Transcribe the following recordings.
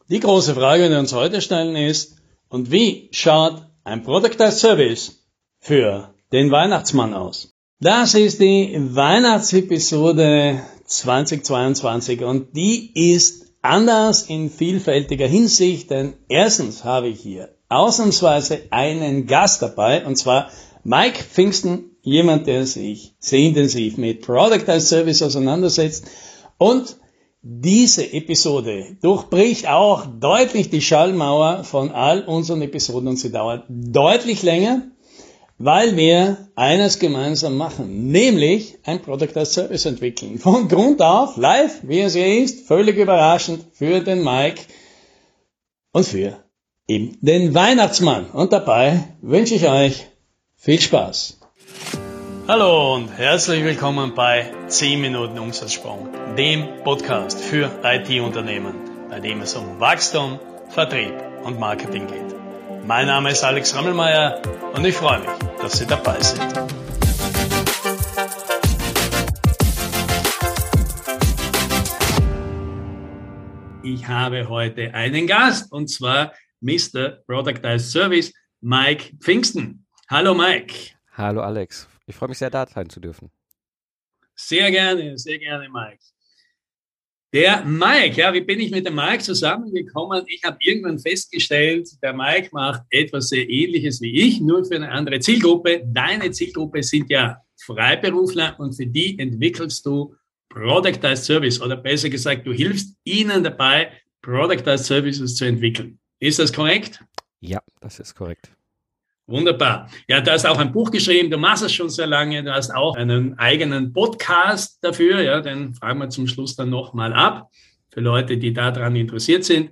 Die große Frage, die wir uns heute stellen, ist, und wie schaut ein Product as Service für den Weihnachtsmann aus? Das ist die Weihnachtsepisode 2022 und die ist anders in vielfältiger Hinsicht, denn erstens habe ich hier ausnahmsweise einen Gast dabei, und zwar Mike Pfingsten, jemand, der sich sehr intensiv mit Product as Service auseinandersetzt, und diese Episode durchbricht auch deutlich die Schallmauer von all unseren Episoden und sie dauert deutlich länger, weil wir eines gemeinsam machen, nämlich ein Product as Service entwickeln. Von Grund auf, live, wie es hier ist, völlig überraschend für den Mike und für eben den Weihnachtsmann. Und dabei wünsche ich euch viel Spaß. Hallo und herzlich willkommen bei 10 Minuten Umsatzsprung, dem Podcast für IT-Unternehmen, bei dem es um Wachstum, Vertrieb und Marketing geht. Mein Name ist Alex Rammelmeier und ich freue mich, dass Sie dabei sind. Ich habe heute einen Gast, und zwar Mr. Product as Service, Mike Pfingsten. Hallo Mike. Hallo Alex. Ich freue mich sehr, da sein zu dürfen. Sehr gerne, Mike. Der Mike, ja, wie bin ich mit dem Mike zusammengekommen? Ich habe irgendwann festgestellt, der Mike macht etwas sehr Ähnliches wie ich, nur für eine andere Zielgruppe. Deine Zielgruppe sind ja Freiberufler und für die entwickelst du Product as Service, oder besser gesagt, du hilfst ihnen dabei, Product as Services zu entwickeln. Ist das korrekt? Ja, das ist korrekt. Wunderbar. Ja, du hast auch ein Buch geschrieben, du machst es schon sehr lange, du hast auch einen eigenen Podcast dafür, ja, den fragen wir zum Schluss dann nochmal ab, für Leute, die daran interessiert sind.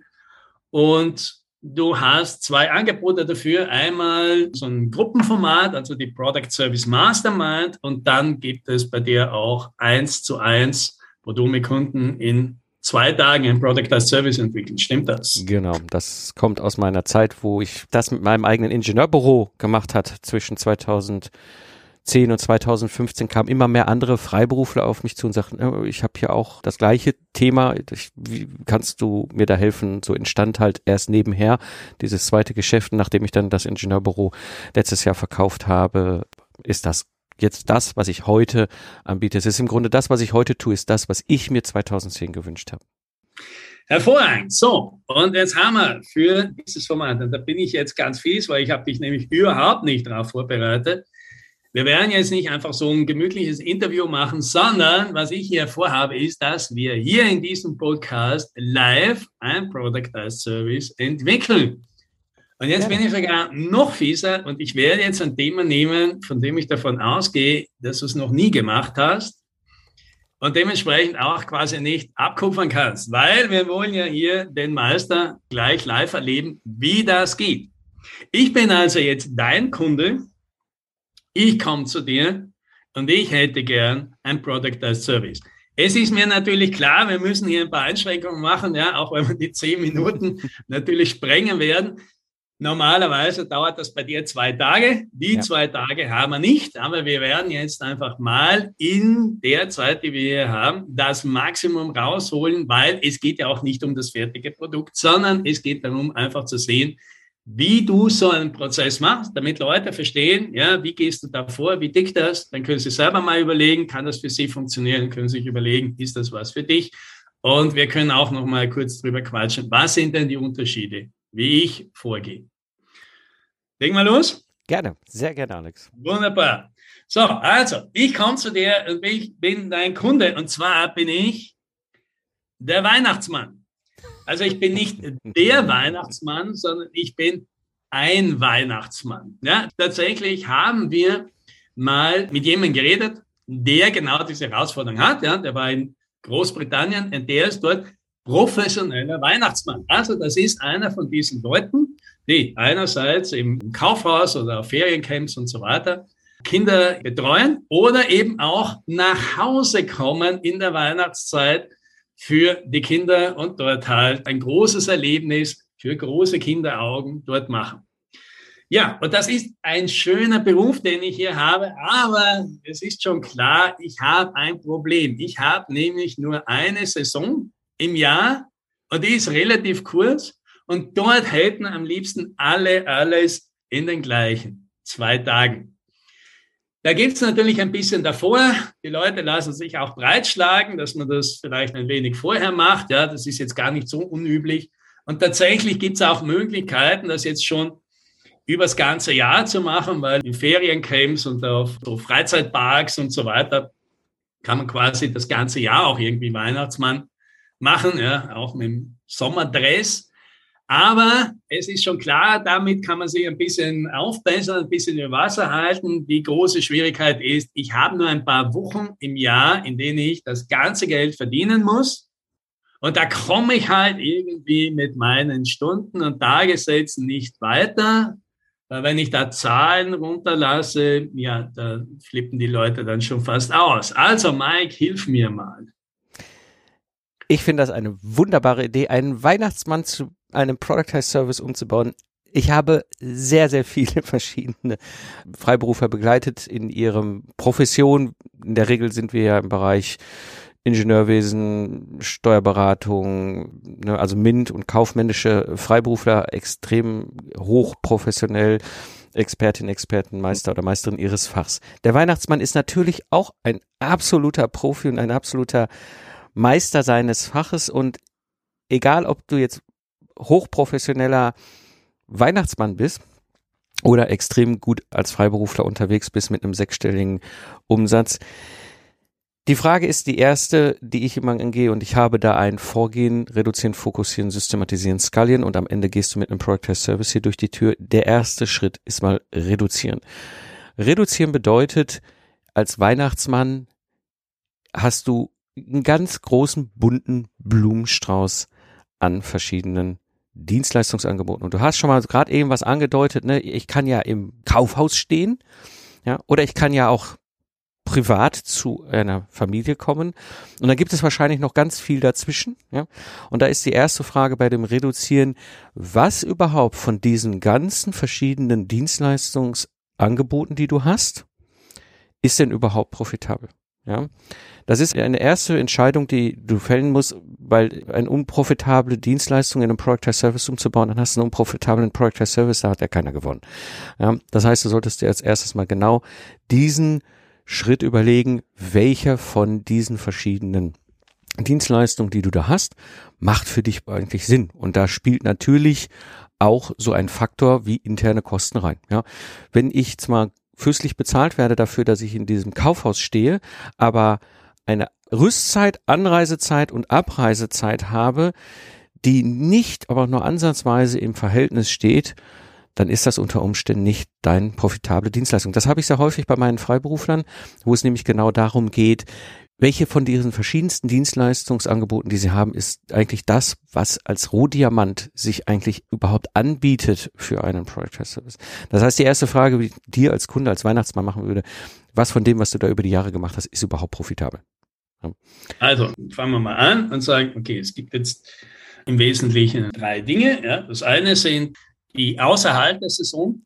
Und du hast 2 Angebote dafür, einmal so ein Gruppenformat, also die Product Service Mastermind, und dann gibt es bei dir auch 1:1, wo du mit Kunden in 2 Tagen ein Product as Service entwickeln. Stimmt das? Genau, das kommt aus meiner Zeit, wo ich das mit meinem eigenen Ingenieurbüro gemacht hat. Zwischen 2010 und 2015 kamen immer mehr andere Freiberufler auf mich zu und sagten, ich habe hier auch das gleiche Thema, wie kannst du mir da helfen? So entstand halt erst nebenher dieses zweite Geschäft, nachdem ich dann das Ingenieurbüro letztes Jahr verkauft habe, ist das jetzt das, was ich heute anbiete. Es ist im Grunde das, was ich heute tue, ist das, was ich mir 2010 gewünscht habe. Hervorragend. So, und jetzt haben wir für dieses Format, und da bin ich jetzt ganz fies, weil ich habe dich nämlich überhaupt nicht darauf vorbereitet. Wir werden jetzt nicht einfach so ein gemütliches Interview machen, sondern was ich hier vorhabe, ist, dass wir hier in diesem Podcast live ein Product as Service entwickeln. Und jetzt bin ich sogar noch fieser und ich werde jetzt ein Thema nehmen, von dem ich davon ausgehe, dass du es noch nie gemacht hast und dementsprechend auch quasi nicht abkupfern kannst, weil wir wollen ja hier den Meister gleich live erleben, wie das geht. Ich bin also jetzt dein Kunde, ich komme zu dir und ich hätte gern ein Product as Service. Es ist mir natürlich klar, wir müssen hier ein paar Einschränkungen machen, ja, auch wenn wir die 10 Minuten natürlich sprengen werden. Normalerweise dauert das bei dir 2 Tage. Die 2 Tage haben wir nicht, aber wir werden jetzt einfach mal in der Zeit, die wir hier haben, das Maximum rausholen, weil es geht ja auch nicht um das fertige Produkt, sondern es geht darum, einfach zu sehen, wie du so einen Prozess machst, damit Leute verstehen, ja, wie gehst du da vor, wie dick das, dann können sie selber mal überlegen, kann das für sie funktionieren, können sich überlegen, ist das was für dich? Und wir können auch noch mal kurz drüber quatschen, was sind denn die Unterschiede, wie ich vorgehe. Legen wir los? Gerne, sehr gerne, Alex. Wunderbar. So, also, ich komme zu dir und ich bin dein Kunde, und zwar bin ich der Weihnachtsmann. Also ich bin nicht der Weihnachtsmann, sondern ich bin ein Weihnachtsmann. Ja, tatsächlich haben wir mal mit jemandem geredet, der genau diese Herausforderung hat. Ja, der war in Großbritannien und der ist dort professioneller Weihnachtsmann. Also das ist einer von diesen Leuten, die einerseits im Kaufhaus oder auf Feriencamps und so weiter Kinder betreuen oder eben auch nach Hause kommen in der Weihnachtszeit für die Kinder und dort halt ein großes Erlebnis für große Kinderaugen dort machen. Ja, und das ist ein schöner Beruf, den ich hier habe, aber es ist schon klar, ich habe ein Problem. Ich habe nämlich nur eine Saison im Jahr Und die ist relativ kurz und dort hätten am liebsten alle alles in den gleichen 2 Tagen. Da gibt es natürlich ein bisschen davor. Die Leute lassen sich auch breitschlagen, dass man das vielleicht ein wenig vorher macht. Ja, das ist jetzt gar nicht so unüblich. Und tatsächlich gibt es auch Möglichkeiten, das jetzt schon übers ganze Jahr zu machen, weil in Feriencamps und auf so Freizeitparks und so weiter kann man quasi das ganze Jahr auch irgendwie Weihnachtsmann machen, ja, auch mit dem Sommerdress. Aber es ist schon klar, damit kann man sich ein bisschen aufbessern, ein bisschen über Wasser halten. Die große Schwierigkeit ist, ich habe nur ein paar Wochen im Jahr, in denen ich das ganze Geld verdienen muss. Und da komme ich halt irgendwie mit meinen Stunden und Tagessätzen nicht weiter. Wenn ich da Zahlen runterlasse, ja, da flippen die Leute dann schon fast aus. Also Mike, hilf mir mal. Ich finde das eine wunderbare Idee, einen Weihnachtsmann zu einem Productized Service umzubauen. Ich habe sehr, sehr viele verschiedene Freiberufler begleitet in ihrem Profession. In der Regel sind wir ja im Bereich Ingenieurwesen, Steuerberatung, ne, also MINT und kaufmännische Freiberufler, extrem hochprofessionell, Expertin, Experten, Meister oder Meisterin ihres Fachs. Der Weihnachtsmann ist natürlich auch ein absoluter Profi und ein absoluter Meister seines Faches, und egal, ob du jetzt hochprofessioneller Weihnachtsmann bist oder extrem gut als Freiberufler unterwegs bist mit einem 6-stelligen Umsatz. Die Frage ist die erste, die ich immer angehe, und ich habe da ein Vorgehen: reduzieren, fokussieren, systematisieren, skalieren, und am Ende gehst du mit einem Productized Service hier durch die Tür. Der erste Schritt ist mal reduzieren. Reduzieren bedeutet, als Weihnachtsmann hast du einen ganz großen, bunten Blumenstrauß an verschiedenen Dienstleistungsangeboten. Und du hast schon mal gerade eben was angedeutet, ne? Ich kann ja im Kaufhaus stehen, ja, oder ich kann ja auch privat zu einer Familie kommen. Und dann gibt es wahrscheinlich noch ganz viel dazwischen, ja. Und da ist die erste Frage bei dem Reduzieren: Was überhaupt von diesen ganzen verschiedenen Dienstleistungsangeboten, die du hast, ist denn überhaupt profitabel? Ja, das ist eine erste Entscheidung, die du fällen musst, weil eine unprofitable Dienstleistung in einem Productized Service umzubauen, dann hast du einen unprofitablen Productized Service, da hat ja keiner gewonnen. Ja, das heißt, du solltest dir als erstes mal genau diesen Schritt überlegen, welcher von diesen verschiedenen Dienstleistungen, die du da hast, macht für dich eigentlich Sinn. Und da spielt natürlich auch so ein Faktor wie interne Kosten rein. Ja, wenn ich zwar fürstlich bezahlt werde dafür, dass ich in diesem Kaufhaus stehe, aber eine Rüstzeit, Anreisezeit und Abreisezeit habe, die nicht, aber nur ansatzweise im Verhältnis steht, dann ist das unter Umständen nicht deine profitable Dienstleistung. Das habe ich sehr häufig bei meinen Freiberuflern, wo es nämlich genau darum geht, welche von diesen verschiedensten Dienstleistungsangeboten, die sie haben, ist eigentlich das, was als Rohdiamant sich eigentlich überhaupt anbietet für einen Productized Service. Das heißt, die erste Frage, die ich dir als Kunde, als Weihnachtsmann machen würde: Was von dem, was du da über die Jahre gemacht hast, ist überhaupt profitabel? Ja. Also fangen wir mal an und sagen, okay, es gibt jetzt im Wesentlichen 3 Dinge. Ja. Das eine sind die außerhalb der Saison,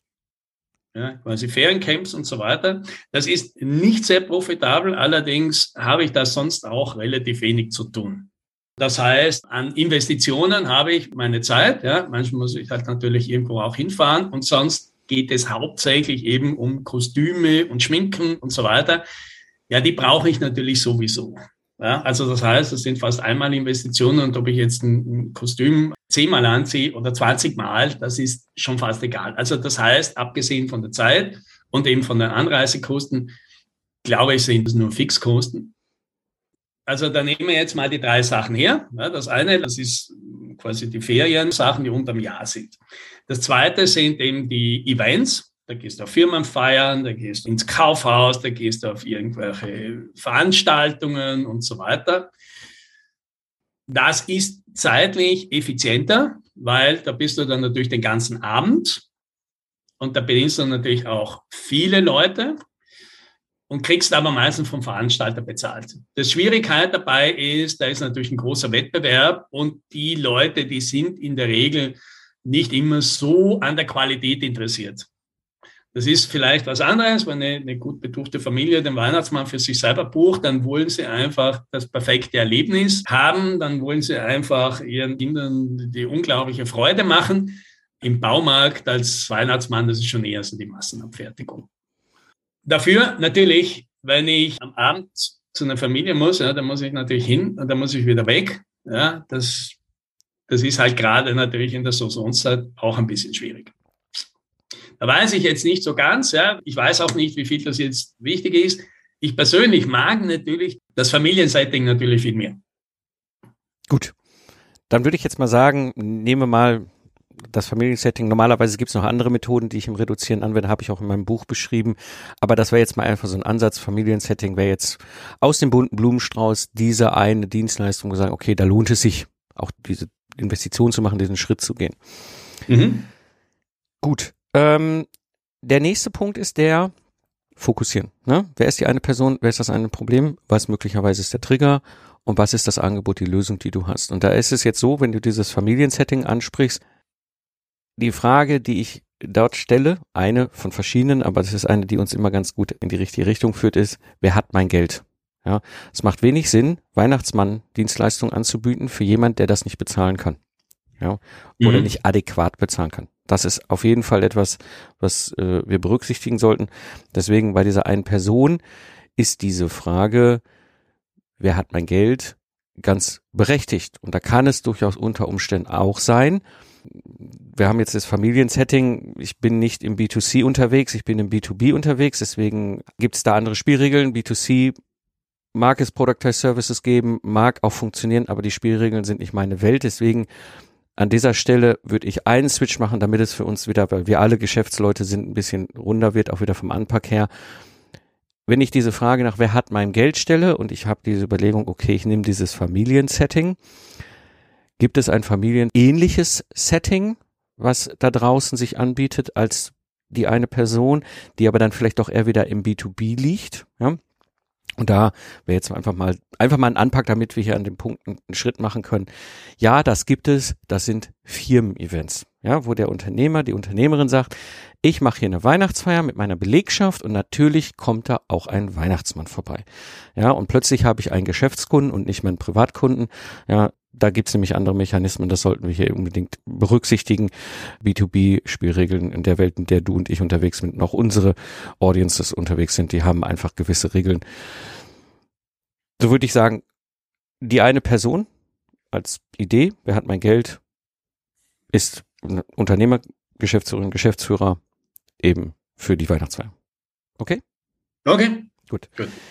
ja, quasi Feriencamps und so weiter. Das ist nicht sehr profitabel, allerdings habe ich da sonst auch relativ wenig zu tun. Das heißt, an Investitionen habe ich meine Zeit, ja, manchmal muss ich halt natürlich irgendwo auch hinfahren, und sonst geht es hauptsächlich eben um Kostüme und Schminken und so weiter. Ja, die brauche ich natürlich sowieso. Ja, also das heißt, das sind fast einmal Investitionen, und ob ich jetzt ein Kostüm 10-mal anziehe oder 20-mal, das ist schon fast egal. Also das heißt, abgesehen von der Zeit und eben von den Anreisekosten, glaube ich, sind es nur Fixkosten. Also da nehmen wir jetzt mal die 3 Sachen her. Ja, das eine, das ist quasi die Feriensachen, die unterm Jahr sind. Das zweite sind eben die Events. Da gehst du auf Firmenfeiern, da gehst du ins Kaufhaus, da gehst du auf irgendwelche Veranstaltungen und so weiter. Das ist zeitlich effizienter, weil da bist du dann natürlich den ganzen Abend, und da bedienst du natürlich auch viele Leute und kriegst aber meistens vom Veranstalter bezahlt. Die Schwierigkeit dabei ist, da ist natürlich ein großer Wettbewerb, und die Leute, die sind in der Regel nicht immer so an der Qualität interessiert. Das ist vielleicht was anderes, wenn eine gut betuchte Familie den Weihnachtsmann für sich selber bucht, dann wollen sie einfach das perfekte Erlebnis haben, dann wollen sie einfach ihren Kindern die unglaubliche Freude machen. Im Baumarkt als Weihnachtsmann, das ist schon eher so die Massenabfertigung. Dafür natürlich, wenn ich am Abend zu einer Familie muss, ja, dann muss ich natürlich hin und dann muss ich wieder weg. Ja, das ist halt gerade natürlich in der Saisonzeit auch ein bisschen schwierig. Da weiß ich jetzt nicht so ganz, ja. Ich weiß auch nicht, wie viel das jetzt wichtig ist. Ich persönlich mag natürlich das Familiensetting natürlich viel mehr. Gut, dann würde ich jetzt mal sagen, nehme mal das Familiensetting. Normalerweise gibt es noch andere Methoden, die ich im Reduzieren anwende, habe ich auch in meinem Buch beschrieben. Aber das wäre jetzt mal einfach so ein Ansatz. Familiensetting wäre jetzt aus dem bunten Blumenstrauß diese eine Dienstleistung gesagt, okay, da lohnt es sich auch diese Investition zu machen, diesen Schritt zu gehen. Mhm. Gut. Der nächste Punkt ist der Fokussieren. Ne? Wer ist die eine Person? Wer ist das eine Problem? Was möglicherweise ist der Trigger? Und was ist das Angebot, die Lösung, die du hast? Und da ist es jetzt so, wenn du dieses Familiensetting ansprichst, die Frage, die ich dort stelle, eine von verschiedenen, aber das ist eine, die uns immer ganz gut in die richtige Richtung führt, ist, wer hat mein Geld? Ja, es macht wenig Sinn, Weihnachtsmann-Dienstleistungen anzubieten für jemand, der das nicht bezahlen kann. Ja, oder nicht adäquat bezahlen kann. Das ist auf jeden Fall etwas, was wir berücksichtigen sollten. Deswegen bei dieser einen Person ist diese Frage, wer hat mein Geld, ganz berechtigt. Und da kann es durchaus unter Umständen auch sein. Wir haben jetzt das Familiensetting. Ich bin nicht im B2C unterwegs, ich bin im B2B unterwegs. Deswegen gibt es da andere Spielregeln. B2C mag es Productized Services geben, mag auch funktionieren, aber die Spielregeln sind nicht meine Welt. Deswegen an dieser Stelle würde ich einen Switch machen, damit es für uns wieder, weil wir alle Geschäftsleute sind, ein bisschen runder wird, auch wieder vom Anpack her. Wenn ich diese Frage nach wer hat mein Geld stelle und ich habe diese Überlegung, okay, ich nehme dieses Familiensetting, gibt es ein familienähnliches Setting, was da draußen sich anbietet als die eine Person, die aber dann vielleicht doch eher wieder im B2B liegt, ja? Und da wäre jetzt einfach mal ein Anpack, damit wir hier an dem Punkt einen Schritt machen können. Ja, das gibt es. Das sind Firmen-Events, ja, wo der Unternehmer, die Unternehmerin sagt, ich mache hier eine Weihnachtsfeier mit meiner Belegschaft und natürlich kommt da auch ein Weihnachtsmann vorbei. Ja, und plötzlich habe ich einen Geschäftskunden und nicht mehr einen Privatkunden. Ja, da gibt es nämlich andere Mechanismen, das sollten wir hier unbedingt berücksichtigen. B2B-Spielregeln in der Welt, in der du und ich unterwegs sind, und auch unsere Audiences unterwegs sind, die haben einfach gewisse Regeln. So würde ich sagen, die eine Person als Idee, wer hat mein Geld, ist Unternehmer, Geschäftsführerin, Geschäftsführer eben für die Weihnachtsfeier. Okay? Okay. Gut.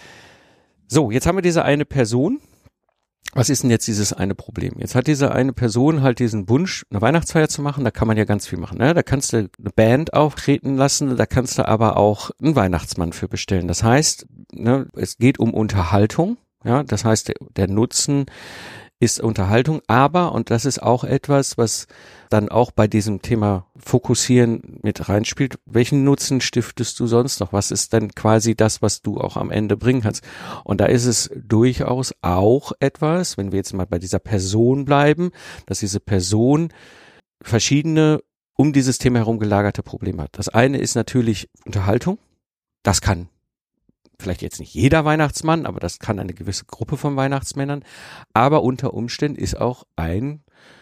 So, jetzt haben wir diese eine Person. Was ist denn jetzt dieses eine Problem? Jetzt hat diese eine Person halt diesen Wunsch, eine Weihnachtsfeier zu machen. Da kann man ja ganz viel machen. Ne? Da kannst du eine Band auftreten lassen, da kannst du aber auch einen Weihnachtsmann für bestellen. Das heißt, ne, es geht um Unterhaltung. Ja, das heißt, der Nutzen ist Unterhaltung, aber, und das ist auch etwas, was dann auch bei diesem Thema Fokussieren mit reinspielt, welchen Nutzen stiftest du sonst noch? Was ist denn quasi das, was du auch am Ende bringen kannst? Und da ist es durchaus auch etwas, wenn wir jetzt mal bei dieser Person bleiben, dass diese Person verschiedene um dieses Thema herum gelagerte Probleme hat. Das eine ist natürlich Unterhaltung. Das kann vielleicht jetzt nicht jeder Weihnachtsmann, aber das kann eine gewisse Gruppe von Weihnachtsmännern. Aber unter Umständen ist auch ein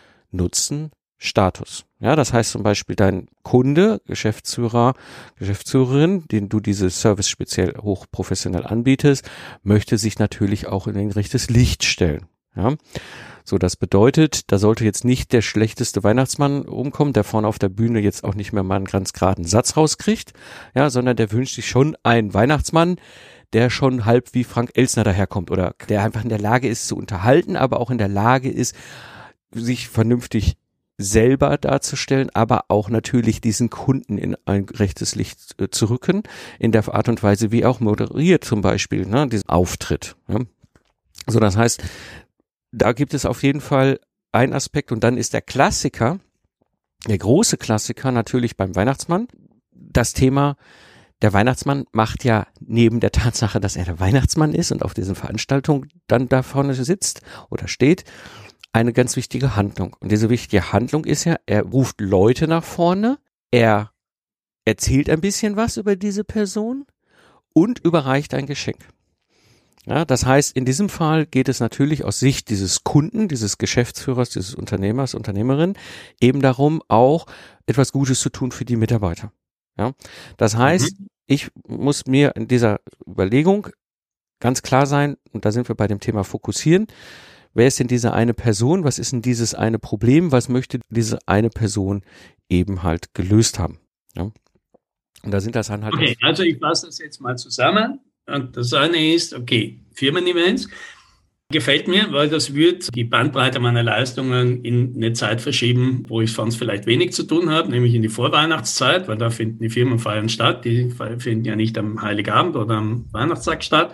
Nutzen-Status. Ja, das heißt zum Beispiel dein Kunde, Geschäftsführer, Geschäftsführerin, den du diese Service speziell hochprofessionell anbietest, möchte sich natürlich auch in ein rechtes Licht stellen. Ja. So, das bedeutet, da sollte jetzt nicht der schlechteste Weihnachtsmann rumkommen, der vorne auf der Bühne jetzt auch nicht mehr mal einen ganz geraden Satz rauskriegt, ja, sondern der wünscht sich schon einen Weihnachtsmann, der schon halb wie Frank Elstner daherkommt oder der einfach in der Lage ist zu unterhalten, aber auch in der Lage ist, sich vernünftig selber darzustellen, aber auch natürlich diesen Kunden in ein rechtes Licht zu rücken, in der Art und Weise, wie auch moderiert zum Beispiel, ne, diesen Auftritt. Ja. So, das heißt, da gibt es auf jeden Fall einen Aspekt und dann ist der Klassiker, der große Klassiker natürlich beim Weihnachtsmann, das Thema, der Weihnachtsmann macht ja neben der Tatsache, dass er der Weihnachtsmann ist und auf diesen Veranstaltungen dann da vorne sitzt oder steht, eine ganz wichtige Handlung. Und diese wichtige Handlung ist ja, er ruft Leute nach vorne, er erzählt ein bisschen was über diese Person und überreicht ein Geschenk. Ja, das heißt, in diesem Fall geht es natürlich aus Sicht dieses Kunden, dieses Geschäftsführers, dieses Unternehmers, Unternehmerin eben darum, auch etwas Gutes zu tun für die Mitarbeiter. Ja, das heißt, ich muss mir in dieser Überlegung ganz klar sein, und da sind wir bei dem Thema Fokussieren, wer ist denn diese eine Person, was ist denn dieses eine Problem, was möchte diese eine Person eben halt gelöst haben. Ja? Und da sind das dann halt... Okay, also ich fasse das jetzt mal zusammen. Und das eine ist, okay, Firmen-Events gefällt mir, weil das wird die Bandbreite meiner Leistungen in eine Zeit verschieben, wo ich sonst vielleicht wenig zu tun habe, nämlich in die Vorweihnachtszeit, weil da finden die Firmenfeiern statt. Die finden ja nicht am Heiligabend oder am Weihnachtstag statt.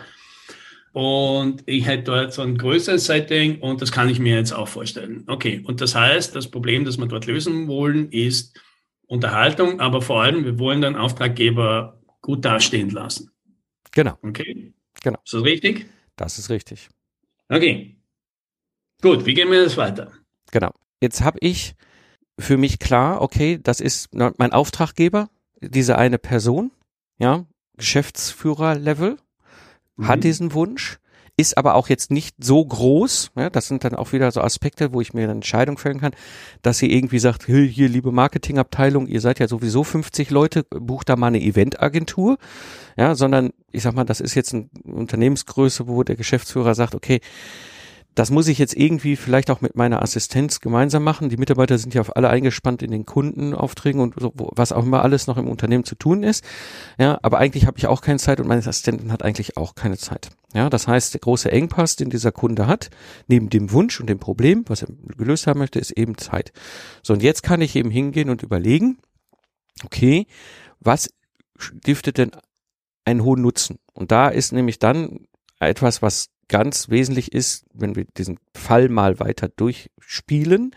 Und ich hätte dort so ein größeres Setting und das kann ich mir jetzt auch vorstellen. Okay, und das heißt, das Problem, das wir dort lösen wollen, ist Unterhaltung, aber vor allem, wir wollen den Auftraggeber gut dastehen lassen. Genau. Okay. Genau. Ist das richtig? Das ist richtig. Okay. Gut, wie gehen wir das weiter? Genau. Jetzt habe ich für mich klar, okay, das ist mein Auftraggeber, diese eine Person, ja, Geschäftsführer-Level, hat diesen Wunsch, ist aber auch jetzt nicht so groß, ja, das sind dann auch wieder so Aspekte, wo ich mir eine Entscheidung fällen kann, dass sie irgendwie sagt, hier, liebe Marketingabteilung, ihr seid ja sowieso 50 Leute, bucht da mal eine Eventagentur, ja, sondern ich sag mal, das ist jetzt eine Unternehmensgröße, wo der Geschäftsführer sagt, okay, das muss ich jetzt irgendwie vielleicht auch mit meiner Assistenz gemeinsam machen. Die Mitarbeiter sind ja auf alle eingespannt in den Kundenaufträgen und so, was auch immer alles noch im Unternehmen zu tun ist. Ja, aber eigentlich habe ich auch keine Zeit und meine Assistentin hat eigentlich auch keine Zeit. Ja, das heißt, der große Engpass, den dieser Kunde hat, neben dem Wunsch und dem Problem, was er gelöst haben möchte, ist eben Zeit. So, und jetzt kann ich eben hingehen und überlegen, okay, was stiftet denn einen hohen Nutzen? Und da ist nämlich dann etwas, was ganz wesentlich ist, wenn wir diesen Fall mal weiter durchspielen.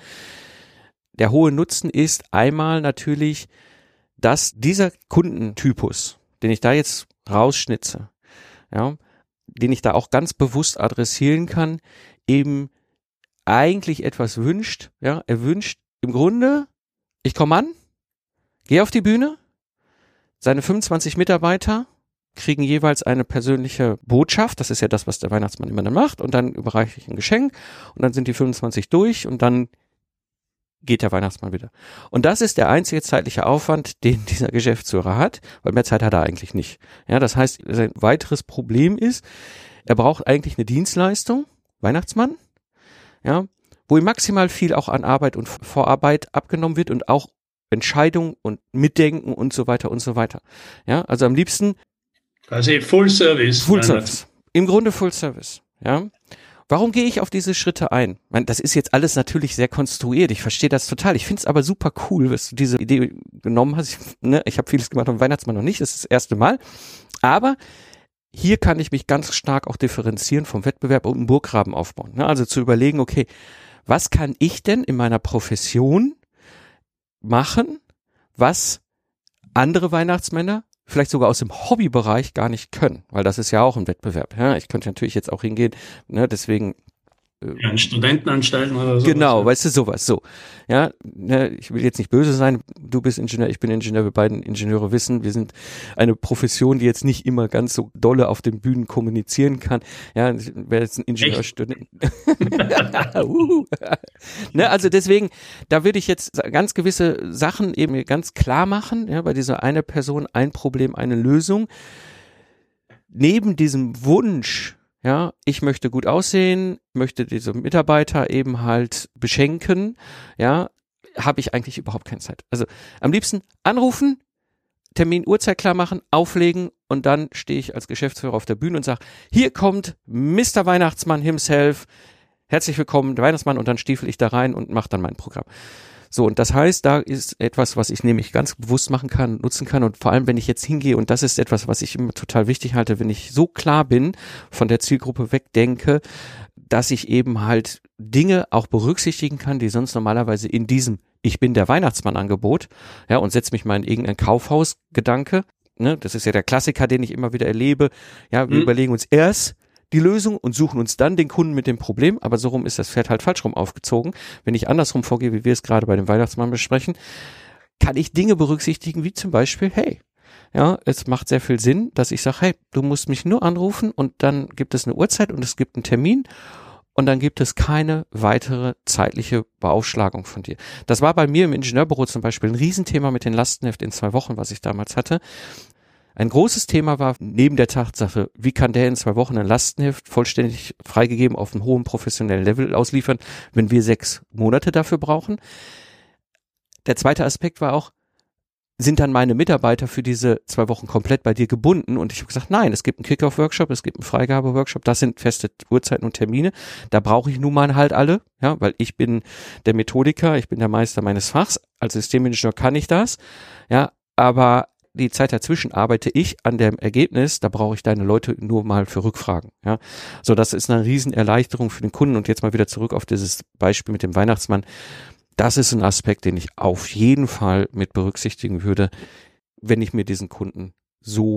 Der hohe Nutzen ist einmal natürlich, dass dieser Kundentypus, den ich da jetzt rausschnitze, ja, den ich da auch ganz bewusst adressieren kann, eben eigentlich etwas wünscht. Ja, er wünscht im Grunde, ich komme an, gehe auf die Bühne, seine 25 Mitarbeiter kriegen jeweils eine persönliche Botschaft, das ist ja das, was der Weihnachtsmann immer dann macht, und dann überreiche ich ein Geschenk und dann sind die 25 durch und dann geht der Weihnachtsmann wieder. Und das ist der einzige zeitliche Aufwand, den dieser Geschäftsführer hat, weil mehr Zeit hat er eigentlich nicht. Ja, das heißt, sein weiteres Problem ist, er braucht eigentlich eine Dienstleistung, Weihnachtsmann, ja, wo ihm maximal viel auch an Arbeit und Vorarbeit abgenommen wird und auch Entscheidungen und Mitdenken und so weiter und so weiter. Ja, also am liebsten quasi Full Service. Full Service. Im Grunde Full Service. Ja. Warum gehe ich auf diese Schritte ein? Ich meine, das ist jetzt alles natürlich sehr konstruiert. Ich verstehe das total. Ich finde es aber super cool, dass du diese Idee genommen hast. Ich habe vieles gemacht am Weihnachtsmann noch nicht. Das ist das erste Mal. Aber hier kann ich mich ganz stark auch differenzieren vom Wettbewerb und einen Burggraben aufbauen. Ne? Also zu überlegen, okay, was kann ich denn in meiner Profession machen, was andere Weihnachtsmänner vielleicht sogar aus dem Hobbybereich gar nicht können, weil das ist ja auch ein Wettbewerb. Ja, ich könnte natürlich jetzt auch hingehen, ne, deswegen ja, in Studentenanstalten oder so. Genau, ja. Weißt du, sowas, so. Ja, ne, ich will jetzt nicht böse sein, du bist Ingenieur, ich bin Ingenieur, wir beiden Ingenieure wissen, wir sind eine Profession, die jetzt nicht immer ganz so dolle auf den Bühnen kommunizieren kann. Ja, wer jetzt ein Ingenieurstudent. Ne, also deswegen, da würde ich jetzt ganz gewisse Sachen eben ganz klar machen, ja, bei dieser eine Person, ein Problem, eine Lösung. Neben diesem Wunsch, ja, ich möchte gut aussehen, möchte diese Mitarbeiter eben halt beschenken, ja, habe ich eigentlich überhaupt keine Zeit. Also am liebsten anrufen, Termin, Uhrzeit klar machen, auflegen und dann stehe ich als Geschäftsführer auf der Bühne und sage, hier kommt Mr. Weihnachtsmann himself, herzlich willkommen, der Weihnachtsmann, und dann stiefel ich da rein und mache dann mein Programm. So, und das heißt, da ist etwas, was ich nämlich ganz bewusst machen kann, nutzen kann, und vor allem, wenn ich jetzt hingehe, und das ist etwas, was ich immer total wichtig halte, wenn ich so klar bin, von der Zielgruppe wegdenke, dass ich eben halt Dinge auch berücksichtigen kann, die sonst normalerweise in diesem Ich bin der Weihnachtsmann-Angebot, ja, und setze mich mal in irgendein Kaufhaus-Gedanke, ne, das ist ja der Klassiker, den ich immer wieder erlebe, ja, wir überlegen uns erst die Lösung und suchen uns dann den Kunden mit dem Problem, aber so rum ist das Pferd halt falsch rum aufgezogen. Wenn ich andersrum vorgehe, wie wir es gerade bei dem Weihnachtsmann besprechen, kann ich Dinge berücksichtigen, wie zum Beispiel, hey, ja, es macht sehr viel Sinn, dass ich sage, hey, du musst mich nur anrufen und dann gibt es eine Uhrzeit und es gibt einen Termin und dann gibt es keine weitere zeitliche Beaufschlagung von dir. Das war bei mir im Ingenieurbüro zum Beispiel ein Riesenthema mit den Lastenheft in 2 Wochen, was ich damals hatte. Ein großes Thema war neben der Tatsache, wie kann der in 2 Wochen ein Lastenheft vollständig freigegeben auf einem hohen professionellen Level ausliefern, wenn wir 6 Monate dafür brauchen. Der zweite Aspekt war auch, sind dann meine Mitarbeiter für diese 2 Wochen komplett bei dir gebunden? Und ich habe gesagt, nein, es gibt einen Kick-Off-Workshop, es gibt einen Freigabe-Workshop, das sind feste Uhrzeiten und Termine. Da brauche ich nun mal halt alle, ja, weil ich bin der Methodiker, ich bin der Meister meines Fachs. Als Systemingenieur kann ich das, ja, aber die Zeit dazwischen arbeite ich an dem Ergebnis, da brauche ich deine Leute nur mal für Rückfragen, ja. So, das ist eine Riesenerleichterung für den Kunden. Und jetzt mal wieder zurück auf dieses Beispiel mit dem Weihnachtsmann. Das ist ein Aspekt, den ich auf jeden Fall mit berücksichtigen würde, wenn ich mir diesen Kunden so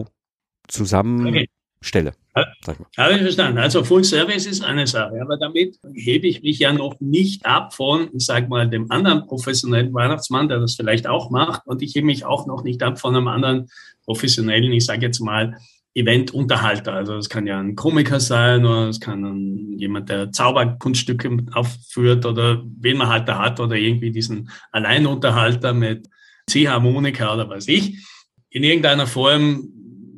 zusammenstelle. Habe ich verstanden. Also Full Service ist eine Sache, aber damit hebe ich mich ja noch nicht ab von, ich sage mal, dem anderen professionellen Weihnachtsmann, der das vielleicht auch macht, und ich hebe mich auch noch nicht ab von einem anderen professionellen, ich sage jetzt mal, Event-Unterhalter. Also es kann ja ein Komiker sein oder es kann jemand, der Zauberkunststücke aufführt oder wen man halt da hat oder irgendwie diesen Alleinunterhalter mit Ziehharmonika oder was ich. In irgendeiner Form,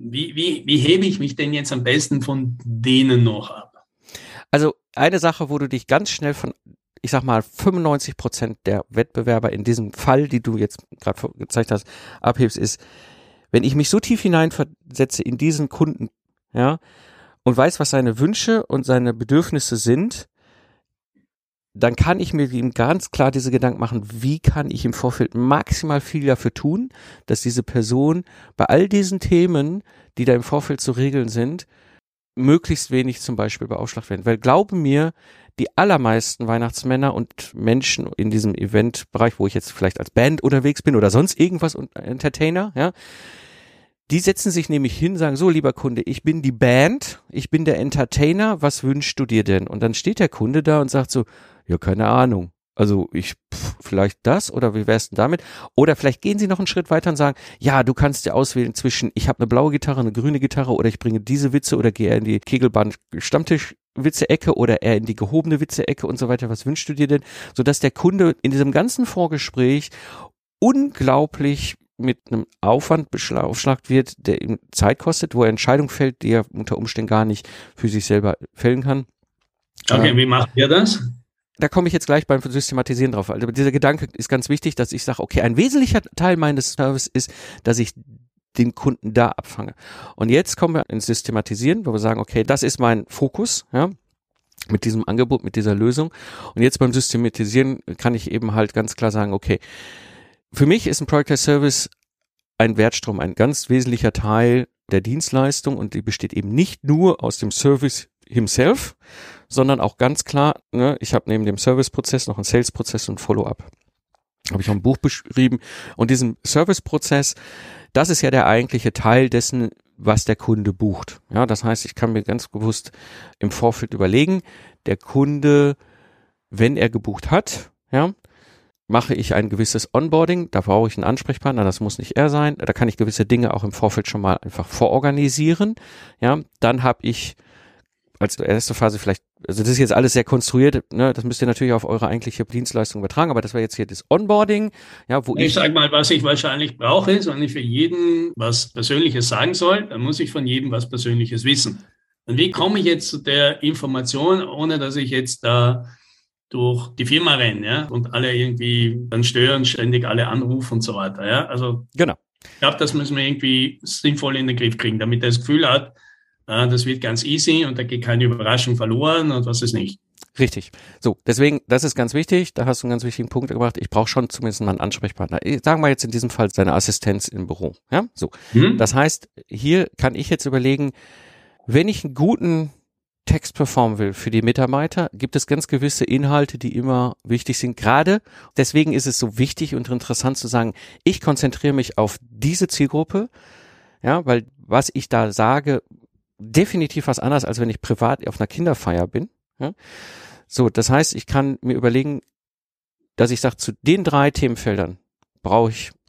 wie hebe ich mich denn jetzt am besten von denen noch ab? Also eine Sache, wo du dich ganz schnell von, ich sag mal, 95% der Wettbewerber in diesem Fall, die du jetzt gerade gezeigt hast, abhebst, ist, wenn ich mich so tief hineinversetze in diesen Kunden, ja, und weiß, was seine Wünsche und seine Bedürfnisse sind, dann kann ich mir ihm ganz klar diese Gedanken machen, wie kann ich im Vorfeld maximal viel dafür tun, dass diese Person bei all diesen Themen, die da im Vorfeld zu regeln sind, möglichst wenig zum Beispiel beaufschlagt werden. Weil glaube mir, die allermeisten Weihnachtsmänner und Menschen in diesem Eventbereich, wo ich jetzt vielleicht als Band unterwegs bin oder sonst irgendwas und Entertainer, ja, die setzen sich nämlich hin, sagen, so lieber Kunde, ich bin die Band, ich bin der Entertainer, was wünschst du dir denn? Und dann steht der Kunde da und sagt so, ja, keine Ahnung. Also vielleicht das oder wie wär's denn damit? Oder vielleicht gehen Sie noch einen Schritt weiter und sagen, ja, du kannst dir auswählen zwischen, ich habe eine blaue Gitarre, eine grüne Gitarre oder ich bringe diese Witze oder gehe in die Kegelbahn-Stammtisch-Witze-Ecke oder eher in die gehobene Witze-Ecke und so weiter. Was wünschst du dir denn? Sodass der Kunde in diesem ganzen Vorgespräch unglaublich mit einem Aufwand beaufschlagt wird, der ihm Zeit kostet, wo er Entscheidungen fällt, die er unter Umständen gar nicht für sich selber fällen kann. Okay, wie macht ihr das? Da komme ich jetzt gleich beim Systematisieren drauf. Also dieser Gedanke ist ganz wichtig, dass ich sage, okay, ein wesentlicher Teil meines Services ist, dass ich den Kunden da abfange. Und jetzt kommen wir ins Systematisieren, wo wir sagen, okay, das ist mein Fokus, ja, mit diesem Angebot, mit dieser Lösung. Und jetzt beim Systematisieren kann ich eben halt ganz klar sagen, okay, für mich ist ein Product as Service ein Wertstrom, ein ganz wesentlicher Teil der Dienstleistung und die besteht eben nicht nur aus dem Service himself, sondern auch ganz klar, ne, ich habe neben dem Service-Prozess noch einen Sales-Prozess und Follow-up. Habe ich auch ein Buch beschrieben und diesen Service-Prozess, das ist ja der eigentliche Teil dessen, was der Kunde bucht. Ja, das heißt, ich kann mir ganz bewusst im Vorfeld überlegen, der Kunde, wenn er gebucht hat, ja, mache ich ein gewisses Onboarding, da brauche ich einen Ansprechpartner, das muss nicht er sein, da kann ich gewisse Dinge auch im Vorfeld schon mal einfach vororganisieren, ja, dann habe ich als erste Phase vielleicht, also das ist jetzt alles sehr konstruiert, ne, das müsst ihr natürlich auf eure eigentliche Dienstleistung übertragen, aber das war jetzt hier das Onboarding, ja, wo ich sage mal, was ich wahrscheinlich brauche, ist, wenn ich für jeden was Persönliches sagen soll, dann muss ich von jedem was Persönliches wissen. Und wie komme ich jetzt zu der Information, ohne dass ich jetzt da durch die Firma rennen, ja, und alle irgendwie dann stören, ständig alle anrufen und so weiter, ja. Also, genau. Ich glaube, das müssen wir irgendwie sinnvoll in den Griff kriegen, damit er das Gefühl hat, das wird ganz easy und da geht keine Überraschung verloren und was ist nicht. Richtig. So, deswegen, das ist ganz wichtig, da hast du einen ganz wichtigen Punkt gebracht, ich brauche schon zumindest mal einen Ansprechpartner. Sagen wir jetzt in diesem Fall seine Assistenz im Büro, ja, so. Das heißt, hier kann ich jetzt überlegen, wenn ich einen guten Text performen will für die Mitarbeiter, gibt es ganz gewisse Inhalte, die immer wichtig sind. Gerade deswegen ist es so wichtig und interessant zu sagen, ich konzentriere mich auf diese Zielgruppe, ja, weil was ich da sage, definitiv was anderes, als wenn ich privat auf einer Kinderfeier bin. Ja. So, das heißt, ich kann mir überlegen, dass ich sage, zu den 3 Themenfeldern brauche ich